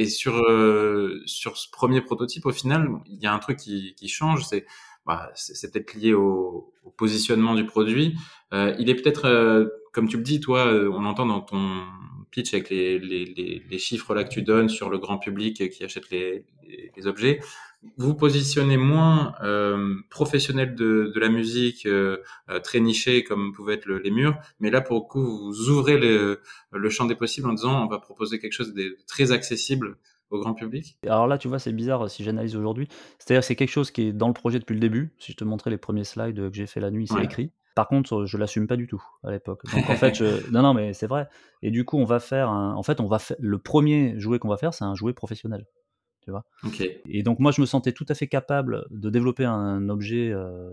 A: sur ce premier prototype, au final, il y a un truc qui change, c'est peut-être lié au positionnement du produit. Il est peut-être, comme tu le dis, toi, on l'entend dans ton pitch avec les chiffres là que tu donnes sur le grand public qui achète les objets. Vous positionnez moins professionnel de la musique, très niché comme pouvaient être les murs, mais là pour le coup vous ouvrez le champ des possibles en disant on va proposer quelque chose de très accessible au grand public.
B: Alors là, tu vois, c'est bizarre, si j'analyse aujourd'hui. C'est-à-dire, c'est quelque chose qui est dans le projet depuis le début. Si je te montrais les premiers slides, que j'ai fait la nuit, c'est
A: Ouais.
B: écrit. Par contre, je l'assume pas du tout à l'époque. Donc en fait, je non, non, mais c'est vrai et du coup, on va faire un en fait, on va fai le premier jouet qu'on va faire, c'est un jouet professionnel, tu vois?
A: OK.
B: Et donc moi, je me sentais tout à fait capable de développer un objet,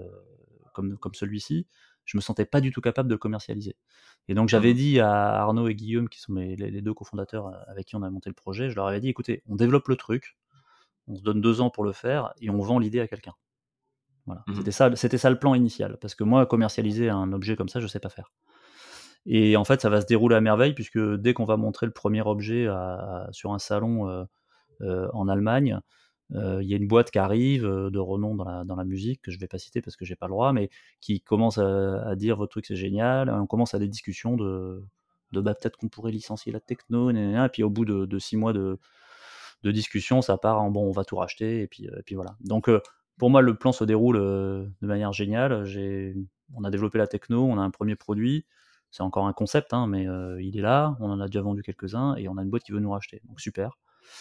B: comme celui-ci. Je me sentais pas du tout capable de le commercialiser. Et donc j'avais
A: Mmh.
B: dit à Arnaud et Guillaume, qui sont les 2 cofondateurs, avec qui on a monté le projet, je leur avais dit: «Écoutez, on développe le truc, on se donne 2 ans pour le faire et on vend l'idée à quelqu'un». Voilà,
A: Mmh.
B: c'était ça le plan initial, parce que moi, commercialiser un objet comme ça, je sais pas faire. Et en fait, ça va se dérouler à merveille puisque dès qu'on va montrer le premier objet sur un salon, en Allemagne, il y a une boîte qui arrive, de renom dans la musique, que je vais pas citer parce que j'ai pas le droit, mais qui commence à dire: «Votre truc, c'est génial». On commence à des discussions bah, peut-être qu'on pourrait licencier la techno, nin nin nin, et puis au bout de 6 mois de discussion, ça part en: «Bon, on va tout racheter» et puis voilà. Donc pour moi, le plan se déroule, de manière géniale. On a développé la techno, on a un premier produit. C'est encore un concept, hein, mais il est là, on en a déjà vendu quelques-uns et on a une boîte qui veut nous racheter, donc super.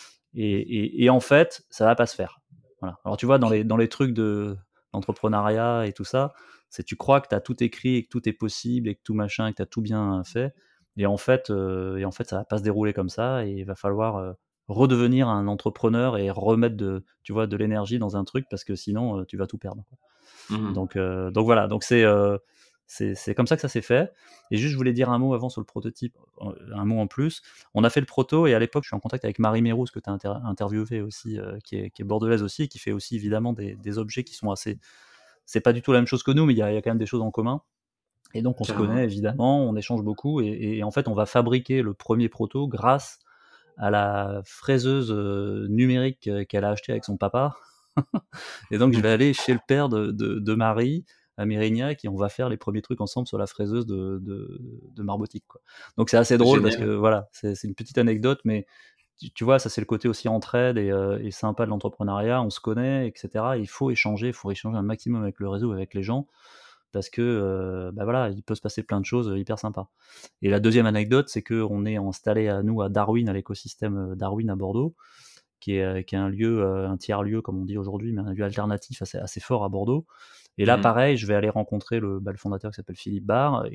B: Et en fait, ça va pas se faire. Voilà. Alors tu vois, dans
A: OK.
B: les trucs de l'entrepreneuriat et tout ça, c'est tu crois que tu as tout écrit et que tout est possible et que tout machin et que tu as tout bien fait et en fait, ça va pas se dérouler comme ça et il va falloir, redevenir un entrepreneur et remettre tu vois, de l'énergie dans un truc parce que sinon, tu vas tout perdre, quoi.
A: Mmh.
B: Donc voilà, donc c'est comme ça que ça s'est fait. Et juste, je voulais dire un mot avant sur le prototype, un mot en plus. On a fait le proto et à l'époque, je suis en contact avec Marie Mérous, que tu as interviewé aussi, qui est bordelaise aussi et qui fait aussi évidemment des objets qui sont assez. C'est pas du tout la même chose que nous, mais il y a quand même des choses en commun. Et donc on se connaît
A: Carrément.
B: évidemment, on échange beaucoup et en fait, on va fabriquer le premier proto grâce à la fraiseuse, numérique, qu'elle a achetée avec son papa. Et donc je vais aller chez le père de Marie, à Mérignac, et on va faire les premiers trucs ensemble sur la fraiseuse de Marbotique, quoi. Donc c'est assez drôle parce que
A: Génial.
B: voilà, c'est une petite anecdote, mais tu vois, ça c'est le côté aussi entraide et sympa de l'entrepreneuriat. On se connaît, et cetera. Il faut échanger un maximum avec le réseau, avec les gens, parce que bah voilà, il peut se passer plein de choses hyper sympas. Et la deuxième anecdote, c'est qu'on est installé à nous à Darwin, à l'écosystème Darwin à Bordeaux, qui est un lieu, un tiers-lieu comme on dit aujourd'hui, mais un lieu alternatif assez fort à Bordeaux. Et là,
A: Mmh.
B: pareil, je vais aller rencontrer le fondateur qui s'appelle Philippe Barre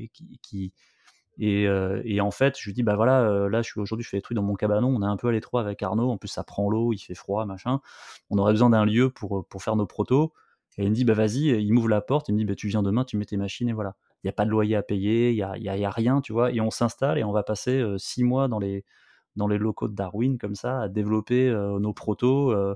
B: et en fait, je lui dis: «Bah, voilà, là, aujourd'hui, je fais des trucs dans mon cabanon, on est un peu à l'étroit avec Arnaud, en plus ça prend l'eau, il fait froid, machin. On aurait besoin d'un lieu pour faire nos protos». Et il me dit: «Bah, vas-y», et il m'ouvre la porte, il me dit: «Bah, tu viens demain, tu mets tes machines et voilà». Il y a pas de loyer à payer, il y a rien, tu vois? Et on s'installe et on va passer, 6 mois dans les locaux de Darwin comme ça, à développer, nos protos,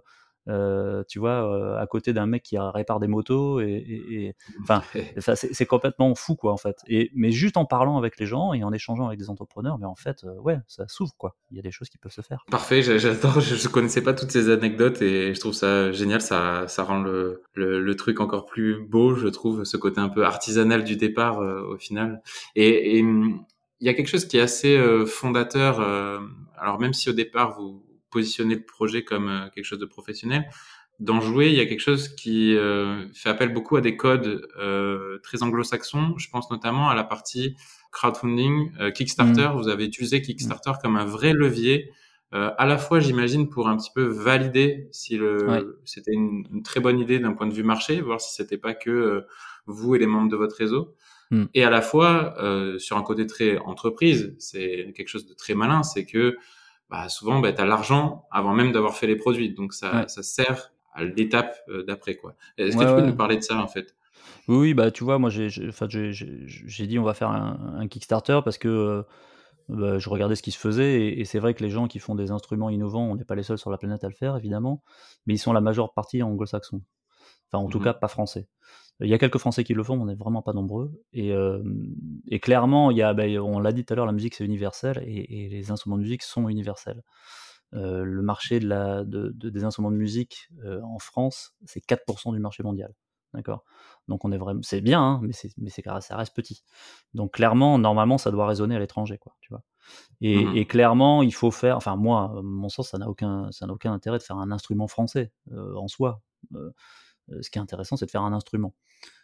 B: tu vois, à côté d'un mec qui répare des motos enfin, c'est complètement fou, quoi, en fait. Mais juste en parlant avec les gens et en échangeant avec des entrepreneurs, mais en fait, ouais, ça s'ouvre, quoi. Il y a des choses qui peuvent se faire.
A: Parfait, j'adore, je connaissais pas toutes ces anecdotes et je trouve ça génial, ça rend le truc encore plus beau, je trouve, ce côté un peu artisanal du départ au final. Il y a quelque chose qui est assez fondateur, alors même si au départ vous positionnez le projet comme quelque chose de professionnel, dans Jouer, il y a quelque chose qui fait appel beaucoup à des codes très anglo-saxons. Je pense notamment à la partie crowdfunding,
B: Mmh.
A: Kickstarter. Vous avez utilisé
B: Mmh.
A: Kickstarter comme un vrai levier, à la fois, j'imagine, pour un petit peu valider si
B: Ouais.
A: c'était une très bonne idée d'un point de vue marché, voir si c'était pas que vous et les membres de votre réseau.
B: Mmh.
A: Et à la fois, sur un côté très entreprise, c'est quelque chose de très malin, c'est que bah, souvent, bah, tu as l'argent avant même d'avoir fait les produits. Donc,
B: Ouais.
A: ça sert à l'étape d'après, quoi. Est-ce que
B: Ouais,
A: tu peux nous
B: ouais.
A: parler de ça, en fait?
B: Oui, oui, bah, tu vois, moi, enfin, j'ai dit: «On va faire un Kickstarter» parce que, bah, je regardais ce qui se faisait et c'est vrai que les gens qui font des instruments innovants, on n'est pas les seuls sur la planète à le faire, évidemment, mais ils sont la majeure partie anglo-saxons. Enfin, en tout cas,
A: Mhm.
B: pas français. Il y a quelques Français qui le font, mais on n'est vraiment pas nombreux et clairement, il y a, on l'a dit tout à l'heure, la musique, c'est universel et les instruments de musique sont universels. Le marché des instruments de musique, en France, c'est 4 du marché mondial. D'accord? Donc on est vraiment, c'est bien, hein, mais ça reste petit. Donc clairement, normalement, ça doit résonner à l'étranger, quoi, tu vois? Et
A: Mhm.
B: clairement, il faut faire, enfin moi, à mon sens, ça n'a aucun intérêt de faire un instrument français, en soi. Heu ce qui est intéressant, c'est de faire un instrument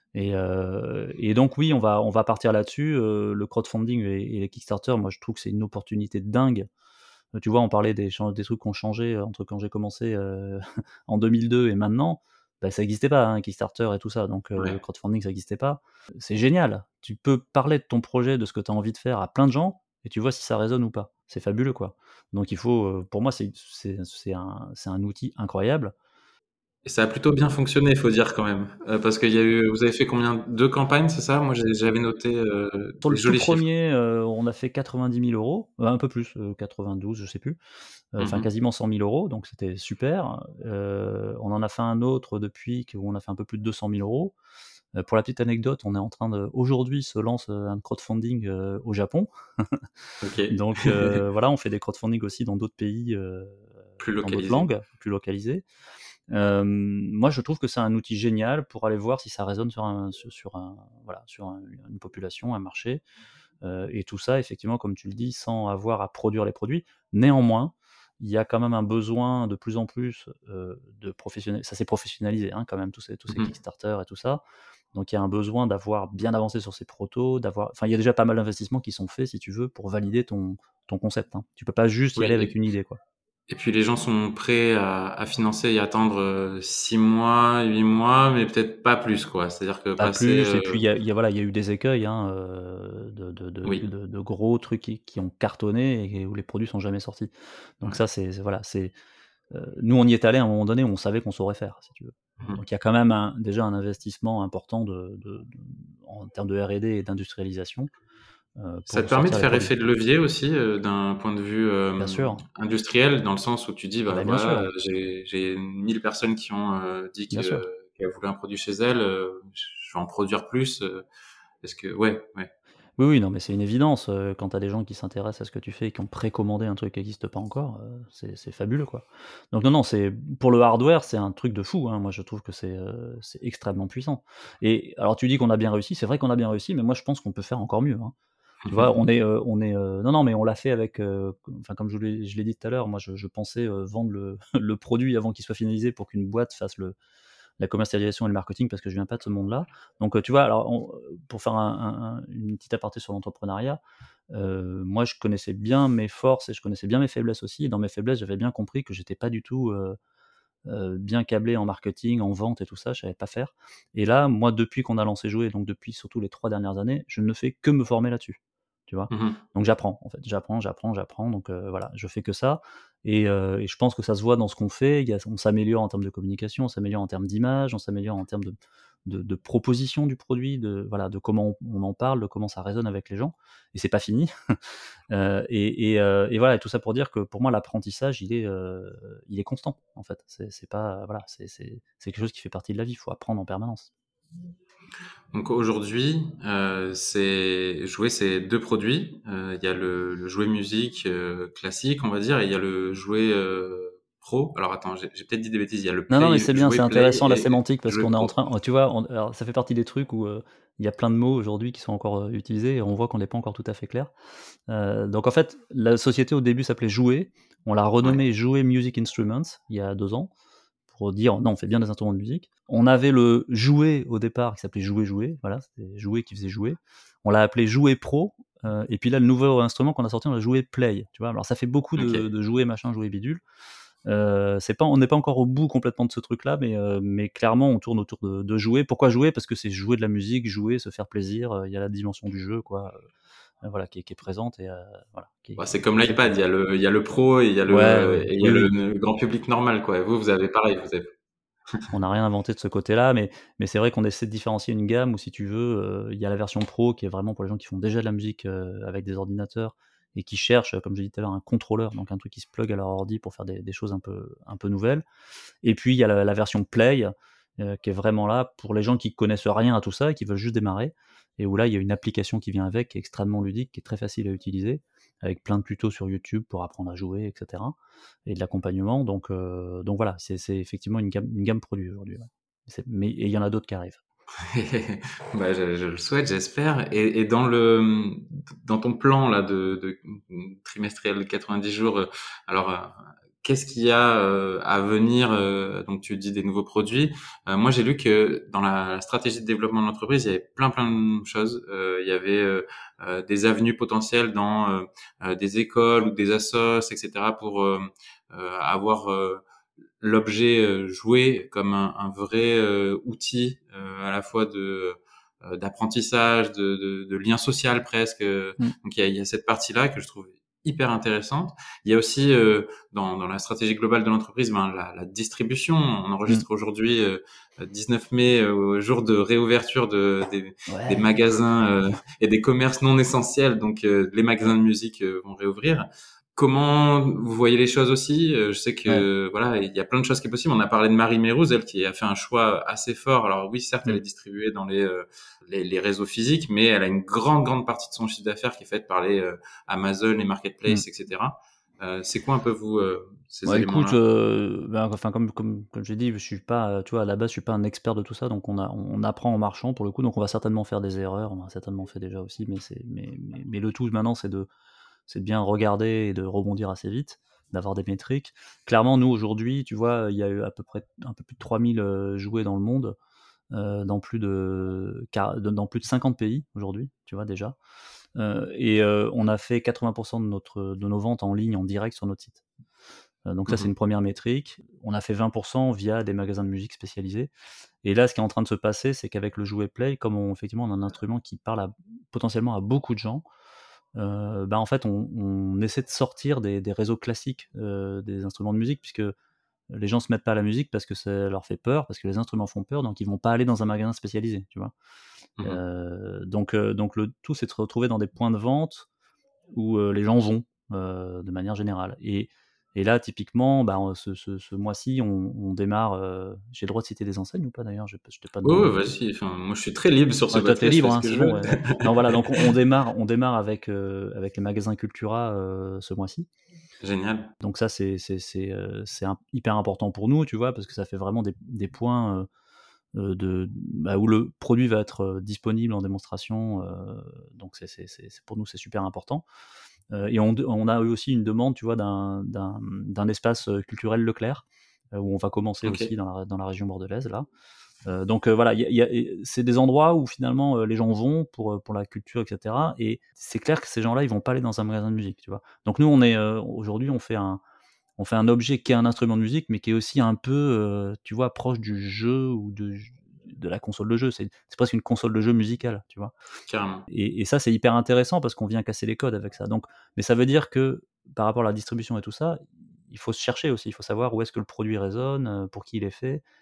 B: et donc oui, on va partir là-dessus, le crowdfunding et les Kickstarter, moi je trouve que c'est une opportunité de dingue. Tu vois, on parlait des trucs qui ont changé, entre quand j'ai commencé, en 2002 et maintenant, ça n'existait pas, hein, Kickstarter et tout ça, donc le
A: Ouais.
B: crowdfunding, ça n'existait pas. C'est génial! Tu peux parler de ton projet, de ce que tu as envie de faire à plein de gens et tu vois si ça résonne ou pas. C'est fabuleux, quoi. Donc il faut, pour moi, c'est un outil incroyable.
A: Et ça a plutôt bien fonctionné, il faut dire quand même. Parce qu'il y a eu, vous avez fait combien? Deux campagnes, c'est ça? Moi, j'avais noté
B: Sur
A: des
B: le tout
A: jolis chiffres.
B: premier, on a fait 90 000 €, un peu plus, 92, je sais plus, enfin
A: Mhm.
B: quasiment 100 000 €, donc c'était super. On en a fait un autre depuis où on a fait un peu plus de 200 000 €. Pour la petite anecdote, on est en train aujourd'hui se lance, un crowdfunding, au Japon.
A: Ok.
B: Donc voilà, on fait des crowdfunding aussi dans d'autres pays,
A: Plus
B: dans d'autres
A: localisé.
B: langues, plus localisées. Moi, je trouve que c'est un outil génial pour aller voir si ça résonne sur voilà, une population, un marché. Et tout ça, effectivement, comme tu le dis, sans avoir à produire les produits. Néanmoins, il y a quand même un besoin de plus en plus, de professionnels, ça s'est professionnalisé, hein, quand même, tous ces
A: Mhm.
B: Kickstarter et tout ça. Donc il y a un besoin d'avoir bien avancé sur ces protos, enfin, il y a déjà pas mal d'investissements qui sont faits, si tu veux, pour valider ton concept, hein. Tu peux pas juste y aller avec
A: Oui.
B: une idée, quoi.
A: Et puis les gens sont prêts à financer et attendre 6 mois, 8 mois, mais peut-être pas plus, quoi. C'est-à-dire que
B: Pas
A: passer,
B: plus et puis voilà, il y a eu des écueils, hein,
A: oui.
B: de gros trucs qui ont cartonné et où les produits sont jamais sortis. Donc
A: Ouais.
B: ça, voilà, nous, on y est allé à un moment donné où on savait qu'on saurait faire, si tu veux.
A: Mhm.
B: Donc il y a quand même déjà un investissement important en termes de R&D et d'industrialisation,
A: Ça
B: pour
A: te permet de
B: sortir les
A: faire
B: produits.
A: effet de levier aussi, d'un point de vue
B: Bien sûr.
A: industriel, dans le sens où tu dis,
B: Ah
A: bah
B: bah, bien
A: voilà,
B: sûr,
A: j'ai 1000 personnes qui ont dit
B: bien sûr.
A: qu'elles voulaient un produit chez elles, je vais en produire plus. Est-ce que, ouais, ouais.
B: Oui, oui, non, mais c'est une évidence, quand tu as des gens qui s'intéressent à ce que tu fais et qui ont précommandé un truc qui n'existe pas encore, c'est fabuleux, quoi. Donc non, non, pour le hardware, c'est un truc de fou, hein. Moi, je trouve que c'est extrêmement puissant et alors tu dis qu'on a bien réussi, c'est vrai qu'on a bien réussi, mais moi, je pense qu'on peut faire encore mieux, hein. Tu vois? Non, non, mais on l'a fait avec, enfin, comme je l'ai dit tout à l'heure, moi, je pensais, vendre le le produit avant qu'il soit finalisé pour qu'une boîte fasse la commercialisation et le marketing parce que je viens pas de ce monde-là. Donc, tu vois? Alors pour faire une petite aparté sur l'entrepreneuriat, moi je connaissais bien mes forces et je connaissais bien mes faiblesses aussi et dans mes faiblesses, j'avais bien compris que j'étais pas du tout, bien câblé en marketing, en vente et tout ça, je savais pas faire et là, moi, depuis qu'on a lancé Jouer, donc depuis surtout les 3 dernières années, je ne fais que me former là-dessus, tu vois?
A: Mhm.
B: Donc j'apprends, en fait, j'apprends, donc voilà, je fais que ça et je pense que ça se voit dans ce qu'on fait. On s'améliore en termes de communication, on s'améliore en termes d'image, on s'améliore en termes de proposition du produit, de comment on en parle, de comment ça résonne avec les gens. Et c'est pas fini. Et voilà, et tout ça pour dire que pour moi l'apprentissage il est constant en fait. C'est pas voilà, c'est quelque chose qui fait partie de la vie. Il faut apprendre en permanence.
A: Donc aujourd'hui, c'est 2 produits. Il y a le jouet musique classique, on va dire, et il y a le jouet pro. Alors attends, j'ai peut-être dit des bêtises. Il y a le
B: Non, non, mais
A: Play,
B: c'est bien,
A: jouet
B: c'est
A: Play
B: intéressant la
A: et
B: sémantique parce
A: jouet
B: qu'on est en
A: pro.
B: train, tu vois, alors ça fait partie des trucs où il y a plein de mots aujourd'hui qui sont encore utilisés et on voit qu'on n'est pas encore tout à fait clair. Donc en fait, la société au début s'appelait Jouer. On l'a
A: Ouais,
B: renommée Jouer Music Instruments il y a 2 ans pour dire non, on fait bien des instruments de musique. On avait le Jouer au départ qui s'appelait Jouer Jouer, voilà, c'était Jouer qui faisait jouer. On l'a appelé Jouer Pro. Et puis là, le nouveau instrument qu'on a sorti, on l'a Jouer Play. Tu vois, alors ça fait beaucoup
A: ok.
B: de jouer machin, jouer bidule. On n'est pas encore au bout complètement de ce truc-là, mais clairement, on tourne autour de jouer. Pourquoi jouer? Parce que c'est jouer de la musique, jouer, se faire plaisir. Il y a la dimension du jeu, quoi. Voilà, qui est présente et voilà,
A: Bah, c'est
B: qui
A: comme
B: est très
A: l'iPad.
B: cool.
A: Il y a le pro et
B: Ouais, ouais,
A: il y
B: oui,
A: a
B: oui.
A: le grand public normal, quoi. Et vous avez pareil. Vous avez.
B: On n'a rien inventé de ce côté-là, mais c'est vrai qu'on essaie de différencier une gamme où, si tu veux, il y a la version pro qui est vraiment pour les gens qui font déjà de la musique avec des ordinateurs et qui cherchent, comme j'ai dit tout à l'heure, un contrôleur, donc un truc qui se plug à leur ordi pour faire des choses un peu nouvelles. Et puis il y a la version Play, qui est vraiment là pour les gens qui connaissent rien à tout ça et qui veulent juste démarrer. Et où là, il y a une application qui vient avec, qui est extrêmement ludique, qui est très facile à utiliser, avec plein de tutos sur YouTube pour apprendre à jouer, etc. Et de l'accompagnement. Donc voilà, c'est effectivement une gamme produit aujourd'hui. Ouais. Et il y en a d'autres qui arrivent.
A: Bah, je le souhaite, j'espère. Et dans ton plan là de trimestriel de 90 jours, alors qu'est-ce qu'il y a à venir donc tu dis des nouveaux produits. Moi, j'ai lu que dans la stratégie de développement de l'entreprise, il y avait plein de choses. Il y avait des avenues potentielles dans des écoles ou des assos, etc. pour avoir l'objet joué comme un vrai outil à la fois de d'apprentissage, de lien social presque.
B: Mm,
A: Donc il y a cette partie-là que je trouve hyper intéressante. Il y a aussi dans la stratégie globale de l'entreprise, ben, la distribution. On
B: mm.
A: enregistre aujourd'hui 19 mai, au jour de réouverture des
B: Ouais,
A: magasins et des commerces non essentiels. Donc les magasins de musique vont réouvrir. Comment vous voyez les choses aussi? Je sais
B: ouais.
A: que voilà, il y a plein de choses qui est possible. On a parlé de Marie Mérouz, elle qui a fait un choix assez fort. Alors oui, certes, elle est
B: Mm,
A: distribuée dans les réseaux physiques, mais elle a une grande partie de son chiffre d'affaires qui est faite par les Amazon, les
B: mm.
A: marketplaces, etc. C'est quoi un peu vous ces
B: Ouais, écoute,
A: éléments-là?
B: ben, enfin, comme j'ai dit, je suis pas, tu vois, à la base, je suis pas un expert de tout ça, donc on apprend en marchant pour le coup, donc on va certainement faire des erreurs, on en a certainement fait déjà aussi, mais le tout maintenant, c'est de bien regarder et de rebondir assez vite, d'avoir des métriques. Clairement, nous aujourd'hui, tu vois, il y a eu à peu près un peu plus de 3000 jouets dans le monde, dans plus de 50 pays aujourd'hui, tu vois déjà. On a fait 80% de nos ventes en ligne en direct sur notre site. Donc ça, c'est une
A: Mhm.
B: première métrique. On a fait 20% via des magasins de musique spécialisés. Et là, ce qui est en train de se passer, c'est qu'avec le jouet Play, comme effectivement on a un instrument qui parle potentiellement à beaucoup de gens, bah, en fait, on essaie de sortir des réseaux classiques des instruments de musique, puisque les gens se mettent pas à la musique parce que ça leur fait peur, parce que les instruments font peur, donc ils vont pas aller dans un magasin spécialisé, tu vois.
A: Mhm.
B: Donc le tout, c'est de se retrouver dans des points de vente où les gens vont de manière générale. Et là, typiquement, bah, ce mois-ci, on démarre. J'ai le droit de citer des enseignes ou pas d'ailleurs? Je t'ai pas
A: Ouais, ouais,
B: demandé.
A: vas-y. Enfin, moi, je suis très libre sur ce
B: Ouais, toi, t'es
A: podcast. Je fais
B: libre,
A: ce
B: hein,
A: que
B: c'est
A: je
B: bon.
A: veux.
B: Ouais. Non, voilà, donc on démarre avec les magasins Cultura ce mois-ci.
A: Génial.
B: Donc ça, c'est hyper important pour nous, tu vois, parce que ça fait vraiment des points bah, où le produit va être disponible en démonstration. Donc pour nous, c'est super important. Et on a eu aussi une demande, tu vois, d'un espace culturel Leclerc, où on va commencer
A: Ok.
B: aussi dans la région bordelaise, là. Donc voilà, c'est des endroits où finalement les gens vont pour la culture, etc. Et c'est clair que ces gens-là, ils vont pas aller dans un magasin de musique, tu vois. Donc nous, aujourd'hui, on fait un objet qui est un instrument de musique, mais qui est aussi un peu, tu vois, proche du jeu ou de la console de jeu. C'est presque une console de jeu musicale, tu vois.
A: Carrément.
B: Et ça, c'est hyper intéressant parce qu'on vient casser les codes avec ça. Donc, mais ça veut dire que par rapport à la distribution et tout ça, il faut se chercher aussi. Il faut savoir où est-ce que le produit résonne, pour qui il est fait.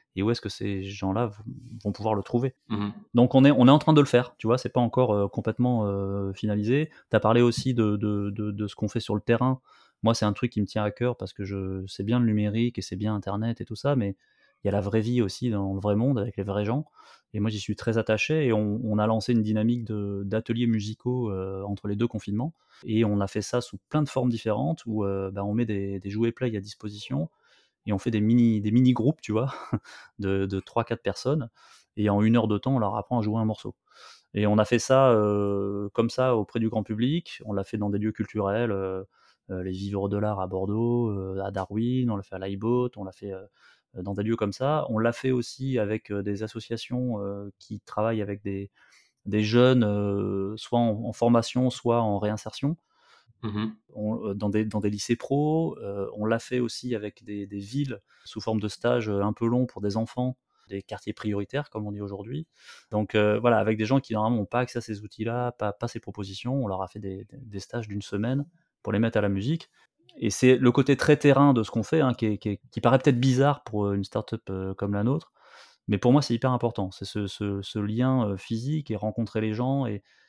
B: et où est-ce que ces gens-là vont pouvoir le trouver.
A: Mmh.
B: Donc on est en train de le faire, tu vois? C'est pas encore, complètement, finalisé. Tu as parlé aussi de ce qu'on fait sur le terrain. Moi, c'est un truc qui me tient à cœur parce que c'est bien le numérique et c'est bien internet et tout ça, mais il y a la vraie vie aussi dans le vrai monde avec les vrais gens, et moi, j'y suis très attaché, et on a lancé une dynamique d'ateliers musicaux, entre les 2 confinements, et on a fait ça sous plein de formes différentes où, bah, on met des jouets play à disposition, et on fait des mini groupes, tu vois? De 3-4 personnes, et en 1 heure de temps, on leur apprend à jouer un morceau, et on a fait ça, comme ça auprès du grand public. On l'a fait dans des lieux culturels, les Vivres de l'Art à Bordeaux, à Darwin, on l'a fait à l'iBoat, on l'a fait, dans des lieux comme ça. On l'a fait aussi avec, des associations, qui travaillent avec des jeunes, soit en formation, soit en réinsertion.
A: Mmh.
B: Dans des lycées pro, on l'a fait aussi avec des villes sous forme de stages, un peu longs pour des enfants, des quartiers prioritaires comme on dit aujourd'hui. Donc voilà, avec des gens qui normalement n'ont pas accès à ces outils-là, pas ces propositions, on leur a fait des stages d'une semaine pour les mettre à la musique, et c'est le côté très terrain de ce qu'on fait, hein, qui paraît peut-être bizarre pour, une start-up, comme la nôtre, mais pour moi, c'est hyper important. C'est ce lien, physique, et rencontrer les gens,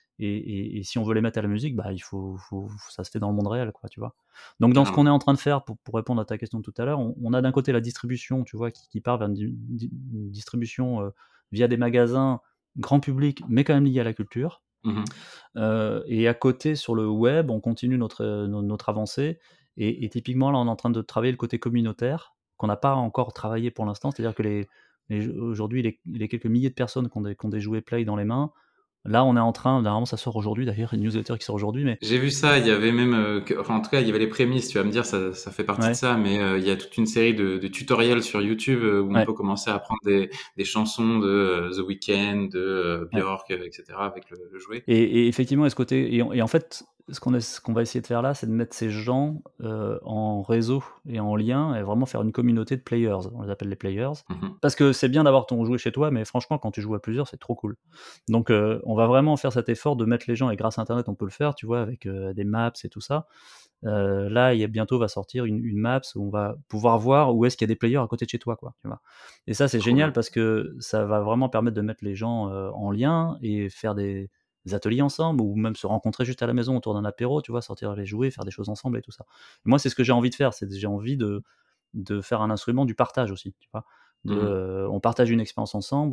B: et si on veut les mettre à la musique, bah, il faut ça se fait dans le monde réel, quoi, tu vois? Donc dans ce qu'on est
A: Carrément.
B: en train de faire pour répondre à ta question de tout à l'heure, on a d'un côté la distribution, tu vois, qui part vers une distribution, via des magasins grand public, mais quand même liés à la culture.
A: Mmh.
B: Et à côté, sur le web, on continue notre avancée, et typiquement, là, on est en train de travailler le côté communautaire, qu'on n'a pas encore travaillé pour l'instant. C'est-à-dire que aujourd'hui, les quelques milliers de personnes qui ont des jouets Play dans les mains, là, on est en train, normalement, ça sort aujourd'hui d'ailleurs, une newsletter qui sort aujourd'hui, mais
A: J'ai vu ça, il y avait même, enfin, en tout cas, il y avait les prémices, tu vas me dire, ça fait partie de
B: ouais,
A: ça, mais il y a toute une série de tutoriels sur YouTube, où on
B: ouais,
A: peut commencer à apprendre des chansons de, The Weeknd, de,
B: ouais.
A: Björk, et cetera avec le jouet.
B: Et effectivement, il y a ce côté, et en fait, ce qu'on va essayer de faire là, c'est de mettre ces gens, en réseau et en lien, et vraiment faire une communauté de players. On les appelle les players.
A: Mmh.
B: Parce que c'est bien d'avoir ton jouet chez toi, mais franchement, quand tu joues à plusieurs, c'est trop cool. Donc, on va vraiment faire cet effort de mettre les gens, et grâce à internet, on peut le faire, tu vois? Avec, des maps et tout ça. Là, il y a bientôt va sortir une maps où on va pouvoir voir où est-ce qu'il y a des players à côté de chez toi, quoi, tu vois? Et ça, c'est
A: Trop
B: génial
A: bien.
B: parce que ça va vraiment permettre de mettre les gens, en lien, et faire des ateliers ensemble, ou même se rencontrer juste à la maison autour d'un apéro, tu vois? Sortir les jouets, faire des choses ensemble et tout ça. Et moi, c'est ce que j'ai envie de faire, j'ai envie de faire un instrument du partage aussi, tu vois?
A: Mmh.
B: On partage une expérience ensemble,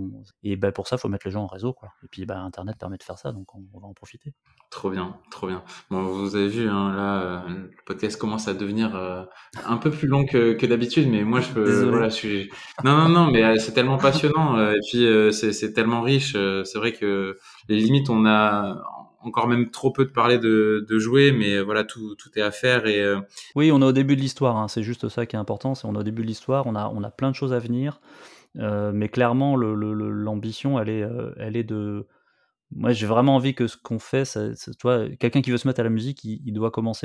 B: et bah, pour ça, il faut mettre les gens en réseau, quoi, et puis, bah, internet permet de faire ça, donc on va en profiter.
A: Trop bien, trop bien. Bon, vous avez vu, hein, là, le podcast commence à devenir, un peu plus long que d'habitude, mais moi,
B: Désolé.
A: voilà, je suis. Non, non, non, mais c'est tellement passionnant, et puis c'est tellement riche. C'est vrai que les limites, on a encore même trop peu de parler de jouer, mais voilà, tout est à faire et
B: Oui, on est au début de l'histoire, hein, c'est juste ça qui est important, c'est on est au début de l'histoire, on a plein de choses à venir, mais clairement l'ambition, elle est de moi, j'ai vraiment envie que ce qu'on fait, tu vois, quelqu'un qui veut se mettre à la musique, il doit commencer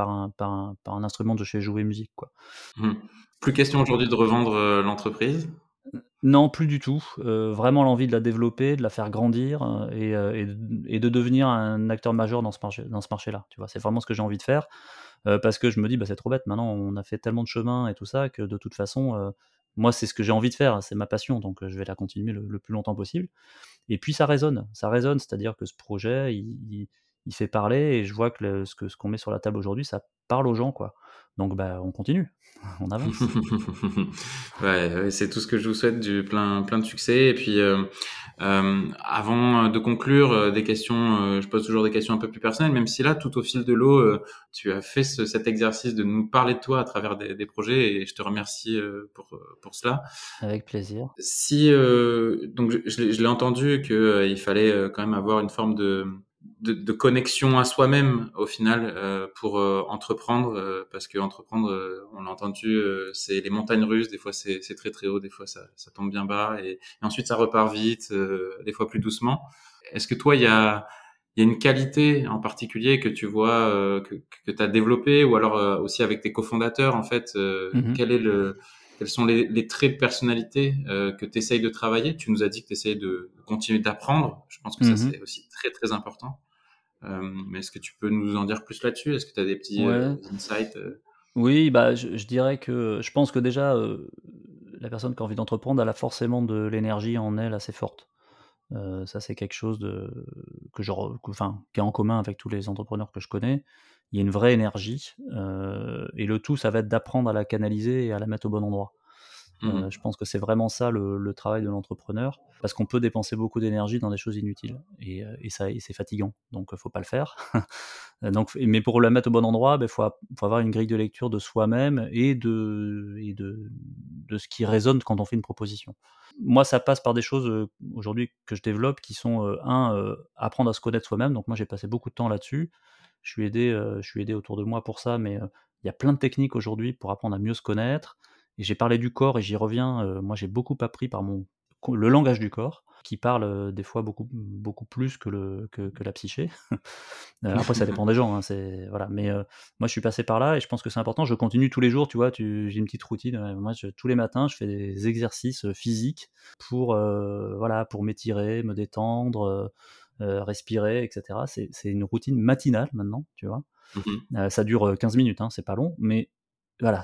B: par un instrument de chez Jouer Musique, quoi.
A: mmh. Plus question aujourd'hui de revendre l'entreprise.
B: Non, plus du tout, vraiment l'envie de la développer, de la faire grandir, et de devenir un acteur majeur dans ce marché-là, tu vois? C'est vraiment ce que j'ai envie de faire, parce que je me dis: «Bah, c'est trop bête, maintenant on a fait tellement de chemin et tout ça, que de toute façon, moi c'est ce que j'ai envie de faire, c'est ma passion, donc je vais la continuer le plus longtemps possible». Et puis ça résonne, c'est-à-dire que ce projet, il fait parler, et je vois que ce qu'on met sur la table aujourd'hui, ça parle aux gens, quoi. Donc bah, on continue, on avance.
A: Ouais, ouais, c'est tout ce que je vous souhaite, du plein de succès. Et puis, avant de conclure, des questions, je pose toujours des questions un peu plus personnelles, même si là, tout au fil de l'eau, tu as fait cet exercice de nous parler de toi à travers des projets, et je te remercie pour cela.
B: Avec plaisir.
A: Si donc je l'ai entendu que il fallait quand même avoir une forme de connexion à soi-même au final, pour entreprendre, parce que entreprendre, on l'a entendu, c'est les montagnes russes. Des fois c'est très très haut, des fois ça tombe bien bas, et ensuite ça repart vite, des fois plus doucement. Est-ce que toi il y a une qualité en particulier que tu vois, que tu as développée, ou alors aussi avec tes cofondateurs en fait,
B: Mmh.
A: quels sont les traits de personnalité que tu essayes de travailler? Tu nous as dit que tu essayes de continuer d'apprendre. Je pense que ça,
B: Mmh.
A: c'est aussi très, très important. Mais est-ce que tu peux nous en dire plus là-dessus? Est-ce que tu as des petits
B: Ouais.
A: insights?
B: Oui, bah, je dirais que je pense que déjà, la personne qui a envie d'entreprendre, elle a forcément de l'énergie en elle assez forte. Ça, c'est quelque chose qui est en commun avec tous les entrepreneurs que je connais. Il y a une vraie énergie, et le tout, ça va être d'apprendre à la canaliser et à la mettre au bon endroit.
A: Mmh.
B: Je pense que c'est vraiment ça le travail de l'entrepreneur, parce qu'on peut dépenser beaucoup d'énergie dans des choses inutiles et c'est fatigant, donc faut pas le faire. Mais pour la mettre au bon endroit, faut avoir une grille de lecture de soi-même et de ce qui résonne quand on fait une proposition. Moi, ça passe par des choses, aujourd'hui que je développe qui sont, apprendre à se connaître soi-même. Donc moi, j'ai passé beaucoup de temps là-dessus. Je suis aidé autour de moi pour ça, mais il y a plein de techniques aujourd'hui pour apprendre à mieux se connaître. Et j'ai parlé du corps et j'y reviens, moi, j'ai beaucoup appris par le langage du corps qui parle, des fois beaucoup plus que la psyché. Après ça dépend des gens, hein, c'est voilà, mais moi je suis passé par là et je pense que c'est important. Je continue tous les jours, tu vois? J'ai une petite routine, moi tous les matins, je fais des exercices, physiques pour, voilà, pour m'étirer, me détendre, respirer et cetera. C'est une routine matinale maintenant, tu vois?
A: Mmh.
B: Ça dure, 15 minutes, hein, c'est pas long, mais voilà,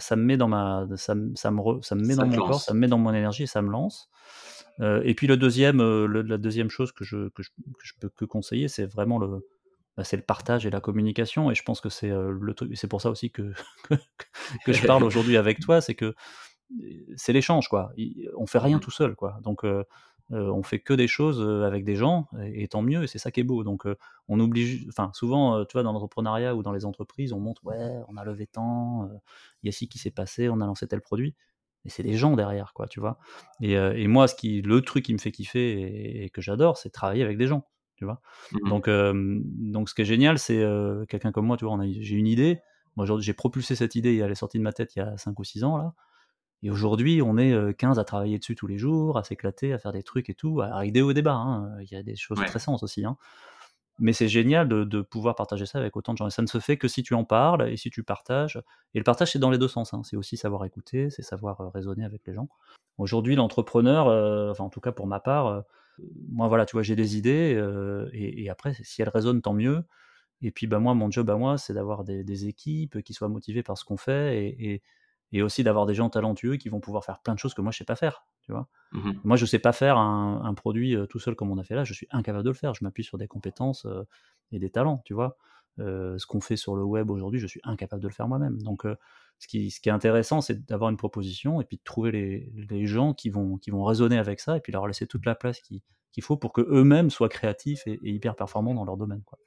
B: ça me met dans
A: Ça te
B: mon corps, ça
A: lance.
B: me met dans mon énergie et ça me lance. Et puis la 2e chose que je peux que conseiller, c'est vraiment c'est le partage et la communication et je pense que c'est, le truc et c'est pour ça aussi que que que je parle aujourd'hui avec toi, c'est que, c'est l'échange quoi. On fait rien
A: Mmh.
B: tout seul quoi, donc on fait que des choses, avec des gens et tant mieux et c'est ça qui est beau, donc on oublie enfin souvent, tu vois, dans l'entrepreneuriat ou dans les entreprises, on montre: «Ouais, on a levé tant, il y a ci qui s'est passé, on a lancé tel produit». Mais c'est des gens derrière quoi, tu vois? Et moi le truc qui me fait kiffer et que j'adore, c'est travailler avec des gens, tu vois?
A: Mmh.
B: Donc ce qui est génial, c'est, quelqu'un comme moi, tu vois, j'ai une idée. Moi, aujourd'hui, j'ai propulsé cette idée, elle est sortie de ma tête il y a 5 ou 6 ans là et aujourd'hui, on est, 15 à travailler dessus tous les jours, à s'éclater, à faire des trucs et tout, avec des hauts et des bas, hein, il y a des choses
A: Ouais.
B: stressantes aussi, hein. Mais c'est génial de pouvoir partager ça avec autant de gens et ça ne se fait que si tu en parles et si tu partages et le partage, c'est dans les 2 sens, hein. C'est aussi savoir écouter, c'est savoir, raisonner avec les gens. Aujourd'hui, l'entrepreneur, enfin, en tout cas pour ma part, moi, voilà, tu vois, j'ai des idées, et après si elles résonnent, tant mieux et puis, bah, moi, mon job à moi, c'est d'avoir des équipes qui soient motivées par ce qu'on fait et aussi d'avoir des gens talentueux qui vont pouvoir faire plein de choses que moi je sais pas faire, tu vois?
A: Mmh.
B: Moi, je sais pas faire un produit, tout seul comme on a fait là, je suis incapable de le faire. Je m'appuie sur des compétences, et des talents, tu vois? Ce qu'on fait sur le web aujourd'hui, je suis incapable de le faire moi-même. Donc ce qui est intéressant, c'est d'avoir une proposition et puis de trouver les gens qui vont raisonner avec ça et puis leur laisser toute la place qu'il faut pour qu'eux-mêmes soient créatifs et hyper performants dans leur domaine, quoi.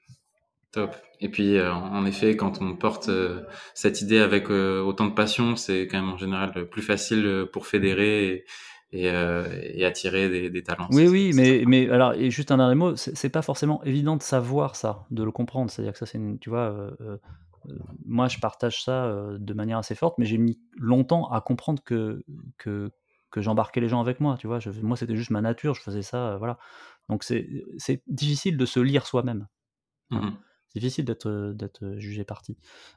A: Top. Et puis, en effet, quand on porte, cette idée avec, autant de passion, c'est quand même en général, plus facile, pour fédérer et attirer des talents.
B: Oui,
A: C'est
B: oui,
A: c'est certain.
B: mais alors et juste un dernier mot, c'est pas forcément évident de savoir ça, de le comprendre. C'est-à-dire que ça, c'est une tu vois, moi, je partage ça, de manière assez forte, mais j'ai mis longtemps à comprendre que que j'embarquais les gens avec moi, tu vois? Moi, c'était juste ma nature, je faisais ça, voilà. Donc c'est difficile de se lire soi-même, hein.
A: Mmh.
B: C'est difficile d'être jugé parti.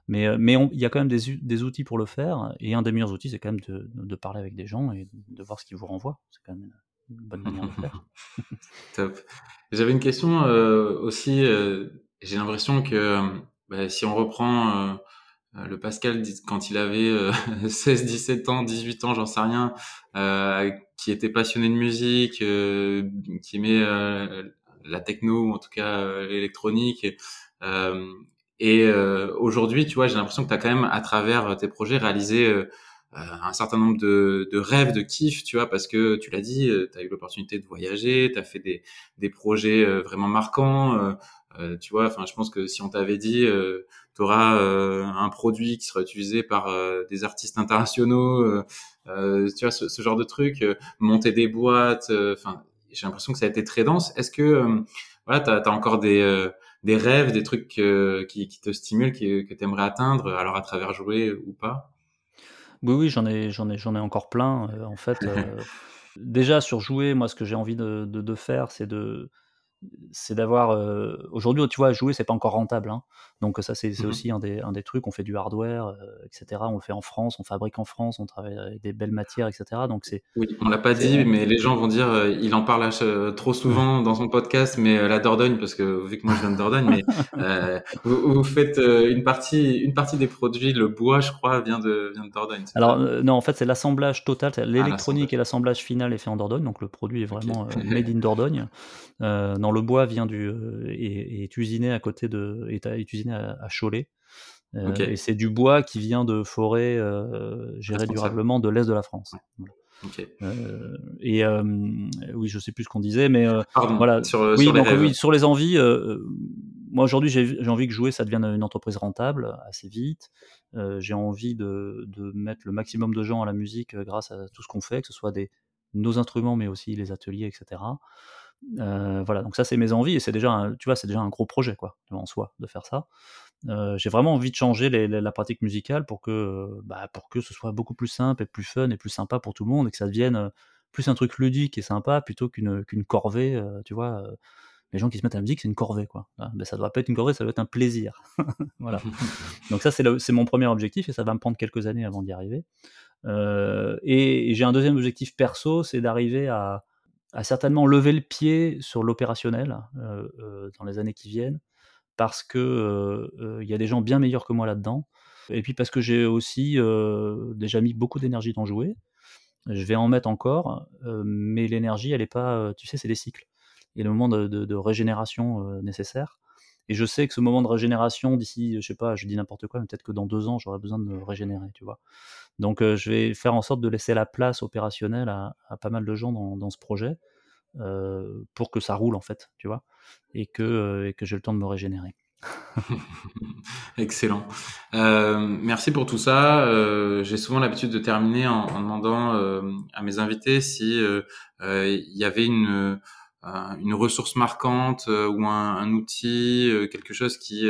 B: Il y a quand même des outils pour le faire et un des meilleurs outils, c'est quand même de parler avec des gens et de voir ce qu'ils vous renvoient. C'est quand même une bonne manière de faire.
A: Top. J'avais une question, aussi, j'ai l'impression que, bah, si on reprend, le Pascal quand il avait 16-17 ans, 18 ans, j'en sais rien, qui était passionné de musique, qui aimait la techno ou en tout cas l'électronique. Euh, Aujourd'hui, tu vois, j'ai l'impression que tu as quand même, à travers tes projets, réalisé un certain nombre de rêves, de kiffs, tu vois, parce que tu l'as dit, tu as eu l'opportunité de voyager, tu as fait des projets vraiment marquants. Tu vois, enfin, je pense que si on t'avait dit tu auras un produit qui sera utilisé par des artistes internationaux, tu vois, ce genre de truc, monter des boîtes, enfin, j'ai l'impression que ça a été très dense. Est-ce que voilà, t'as encore des rêves, des trucs qui te stimulent, que tu aimerais atteindre, alors à travers jouer ou pas?
B: Oui, oui, j'en ai encore plein, en fait, déjà sur jouer, moi ce que j'ai envie de faire, c'est c'est d'avoir, aujourd'hui, tu vois, jouer, c'est pas encore rentable, hein. Donc ça, c'est
A: Mmh.
B: aussi un des trucs. On fait du hardware, et cetera. On le fait en France, on fabrique en France, on travaille avec des belles matières, et cetera. Donc
A: Oui, on l'a pas
B: c'est
A: dit,
B: on
A: mais les gens vont dire, il en parle trop souvent dans son podcast, mais la Dordogne, parce que vu que moi je viens de Dordogne, mais vous faites une partie des produits, le bois, je crois, vient de Dordogne, c'est
B: Alors,
A: ça?
B: non, en fait, c'est l'assemblage total,
A: Ah,
B: l'électronique et
A: l'assemblage.
B: l'assemblage final est fait en Dordogne, donc le produit est
A: Ok.
B: vraiment, made in Dordogne. Non, le bois vient est usiné à côté de est usiné à Cholet,
A: Ok.
B: et c'est du bois qui vient de forêts,
A: La
B: gérées
A: frontière.
B: durablement de l'est de la France.
A: Ouais.
B: Voilà.
A: Ok.
B: Et oui, je sais plus ce qu'on disait, mais
A: Pardon.
B: voilà.
A: Sur
B: Oui,
A: les
B: donc
A: rêves.
B: oui, sur les envies, moi aujourd'hui j'ai envie que jouer ça devienne une entreprise rentable assez vite. J'ai envie de mettre le maximum de gens à la musique, grâce à tout ce qu'on fait, que ce soit nos instruments, mais aussi les ateliers, et cetera. Voilà, donc ça c'est mes envies et c'est déjà tu vois, c'est déjà un gros projet quoi, en soi, de faire ça. J'ai vraiment envie de changer la pratique musicale pour que ce soit beaucoup plus simple et plus fun et plus sympa pour tout le monde et que ça devienne, plus un truc ludique et sympa plutôt qu'une corvée, tu vois? Les gens qui se mettent à la musique, c'est une corvée, quoi. Ah, beh, ça doit pas être une corvée, ça doit être un plaisir. Voilà. Donc ça, c'est mon premier objectif et ça va me prendre quelques années avant d'y arriver. Et j'ai un deuxième objectif perso, c'est d'arriver à certainement lever le pied sur l'opérationnel, dans les années qui viennent parce que, il y a des gens bien meilleurs que moi là-dedans et puis parce que j'ai aussi, déjà mis beaucoup d'énergie dans jouer. Je vais en mettre encore, mais l'énergie elle est pas, tu sais, c'est des cycles. Il y a le moment de régénération, nécessaire et je sais que ce moment de régénération d'ici, je sais pas, je dis n'importe quoi, mais peut-être que dans 2 ans, j'aurai besoin de me régénérer, tu vois? Donc je vais faire en sorte de laisser la place opérationnelle à pas mal de gens dans ce projet, pour que ça roule en fait, tu vois? Et que j'ai le temps de me régénérer.
A: Excellent. Merci pour tout ça. J'ai souvent l'habitude de terminer en demandant à mes invités si il y avait une ressource marquante ou un outil, quelque chose qui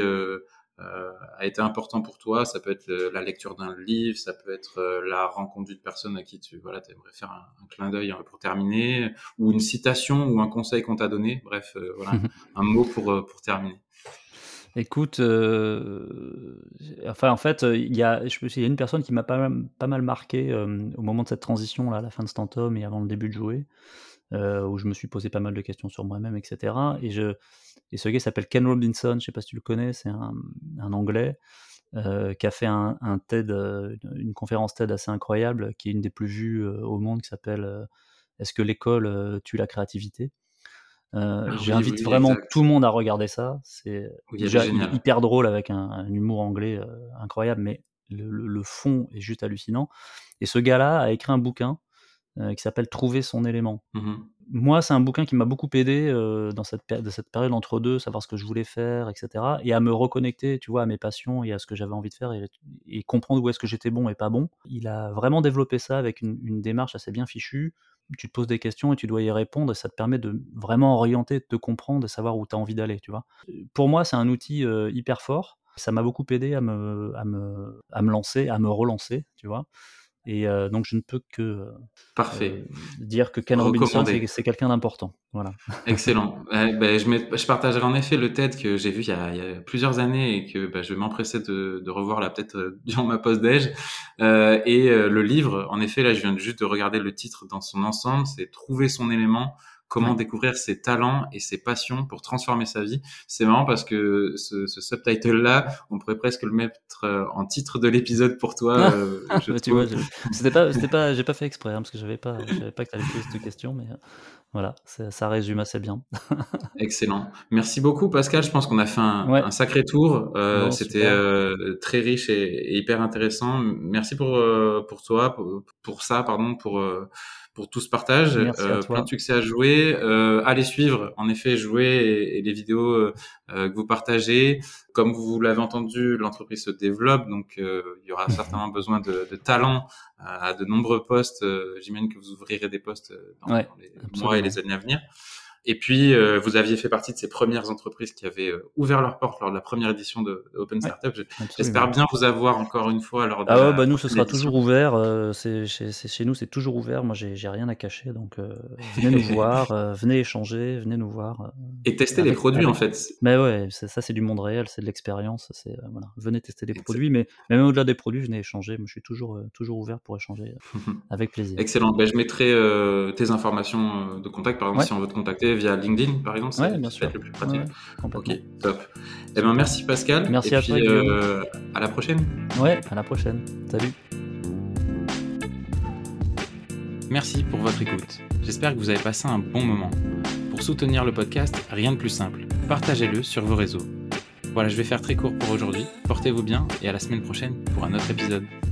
A: a été important pour toi. Ça peut être la lecture d'un livre, ça peut être la rencontre d'une personne à qui tu voilà, aimerais faire un clin d'œil pour terminer, ou une citation ou un conseil qu'on t'a donné. Bref, voilà, un mot pour terminer.
B: Écoute, enfin, en fait, il y a une personne qui m'a pas mal marqué, au moment de cette transition-là, à la fin de Stanton et avant le début de jouer, où je me suis posé pas mal de questions sur moi-même et cetera et ce gars s'appelle Ken Robinson, je sais pas si tu le connais, c'est un Anglais, qui a fait un TED, une conférence TED assez incroyable, qui est une des plus vues, au monde, qui s'appelle, «Est-ce que l'école, tue la créativité?»
A: Ah oui, oui,
B: J'invite
A: oui,
B: vraiment tout
A: exact.
B: le monde à regarder ça. C'est
A: Oui, elle est
B: déjà, il est
A: géniale.
B: hyper drôle avec un humour anglais, incroyable, mais le fond est juste hallucinant et ce gars-là a écrit un bouquin, qui s'appelle «Trouver son élément».
A: Mmh.
B: Moi, c'est un bouquin qui m'a beaucoup aidé, dans cette période entre 2, savoir ce que je voulais faire et cetera et à me reconnecter, tu vois, à mes passions et à ce que j'avais envie de faire et comprendre où est-ce que j'étais bon et pas bon. Il a vraiment développé ça avec une démarche assez bien fichue. Tu te poses des questions et tu dois y répondre et ça te permet de vraiment orienter, de te comprendre et savoir où tu as envie d'aller, tu vois? Pour moi, c'est un outil, hyper fort. Ça m'a beaucoup aidé à me lancer, à me relancer, tu vois? Et donc je ne peux que,
A: Parfait.
B: dire que Ken Robinson,
A: Recommandé.
B: c'est quelqu'un d'important. Voilà.
A: Excellent. Je partagerai en effet le TED que j'ai vu il y a plusieurs années et que je vais m'empresser de revoir là peut-être durant ma pause déj. Le livre, en effet, là je viens juste de regarder le titre dans son ensemble, c'est Trouver son élément, comment
B: Ouais.
A: découvrir ses talents et ses passions pour transformer sa vie. C'est marrant parce que ce subtitle-là, on pourrait presque le mettre en titre de l'épisode pour toi, je
B: Bah, tu vois,
A: trouve.
B: j'ai pas fait exprès, hein, parce que je savais pas que tu allais me poser cette question, mais voilà, ça résume assez bien.
A: Excellent. Merci beaucoup Pascal. Je pense qu'on a fait un
B: Ouais,
A: sacré tour.
B: bon,
A: C'était
B: super.
A: très riche et hyper intéressant. Merci pour toi, pour ça, pardon, pour tout ce partage.
B: Merci à
A: Plein de
B: toi.
A: succès à jouer. Allez suivre, en effet, jouer et les vidéos que vous partagez. Comme vous l'avez entendu, l'entreprise se développe, donc il y aura certainement besoin de talents à de nombreux postes. J'imagine que vous ouvrirez des postes
B: Ouais,
A: dans les mois et
B: absolument.
A: les années à venir. Et puis, vous aviez fait partie de ces premières entreprises qui avaient ouvert leurs portes lors de la première édition de Open
B: Ouais,
A: Startup. J'espère
B: absolument.
A: bien vous avoir encore une fois lors de
B: Ah ouais,
A: la
B: bah, nous, ce
A: prochaine
B: sera
A: édition.
B: toujours ouvert, c'est chez nous, c'est toujours ouvert. Moi, j'ai rien à cacher, donc venez nous voir, venez échanger, venez nous voir,
A: Et tester les produits, en
B: avec
A: fait.
B: mais ouais, c'est du monde réel, c'est de l'expérience, voilà, venez tester les
A: Ex-
B: produits, mais même au-delà des produits, venez échanger. Moi, je suis toujours ouvert pour échanger, avec plaisir.
A: Excellent. Ben, je mettrai tes informations de contact, par exemple,
B: Ouais,
A: si on veut te contacter via LinkedIn, par exemple,
B: ouais, bien
A: c'est peut-être
B: sûr.
A: le plus
B: Ouais,
A: pratique.
B: ouais,
A: Ok,
B: complètement.
A: top. Eh ben,
B: Super.
A: merci Pascal, et
B: Merci à toi,
A: puis
B: Guillaume.
A: à la prochaine.
B: Ouais, à la prochaine. Salut.
A: Merci pour votre écoute. J'espère que vous avez passé un bon moment. Pour soutenir le podcast, rien de plus simple. Partagez-le sur vos réseaux. Voilà, je vais faire très court pour aujourd'hui. Portez-vous bien et à la semaine prochaine pour un autre épisode.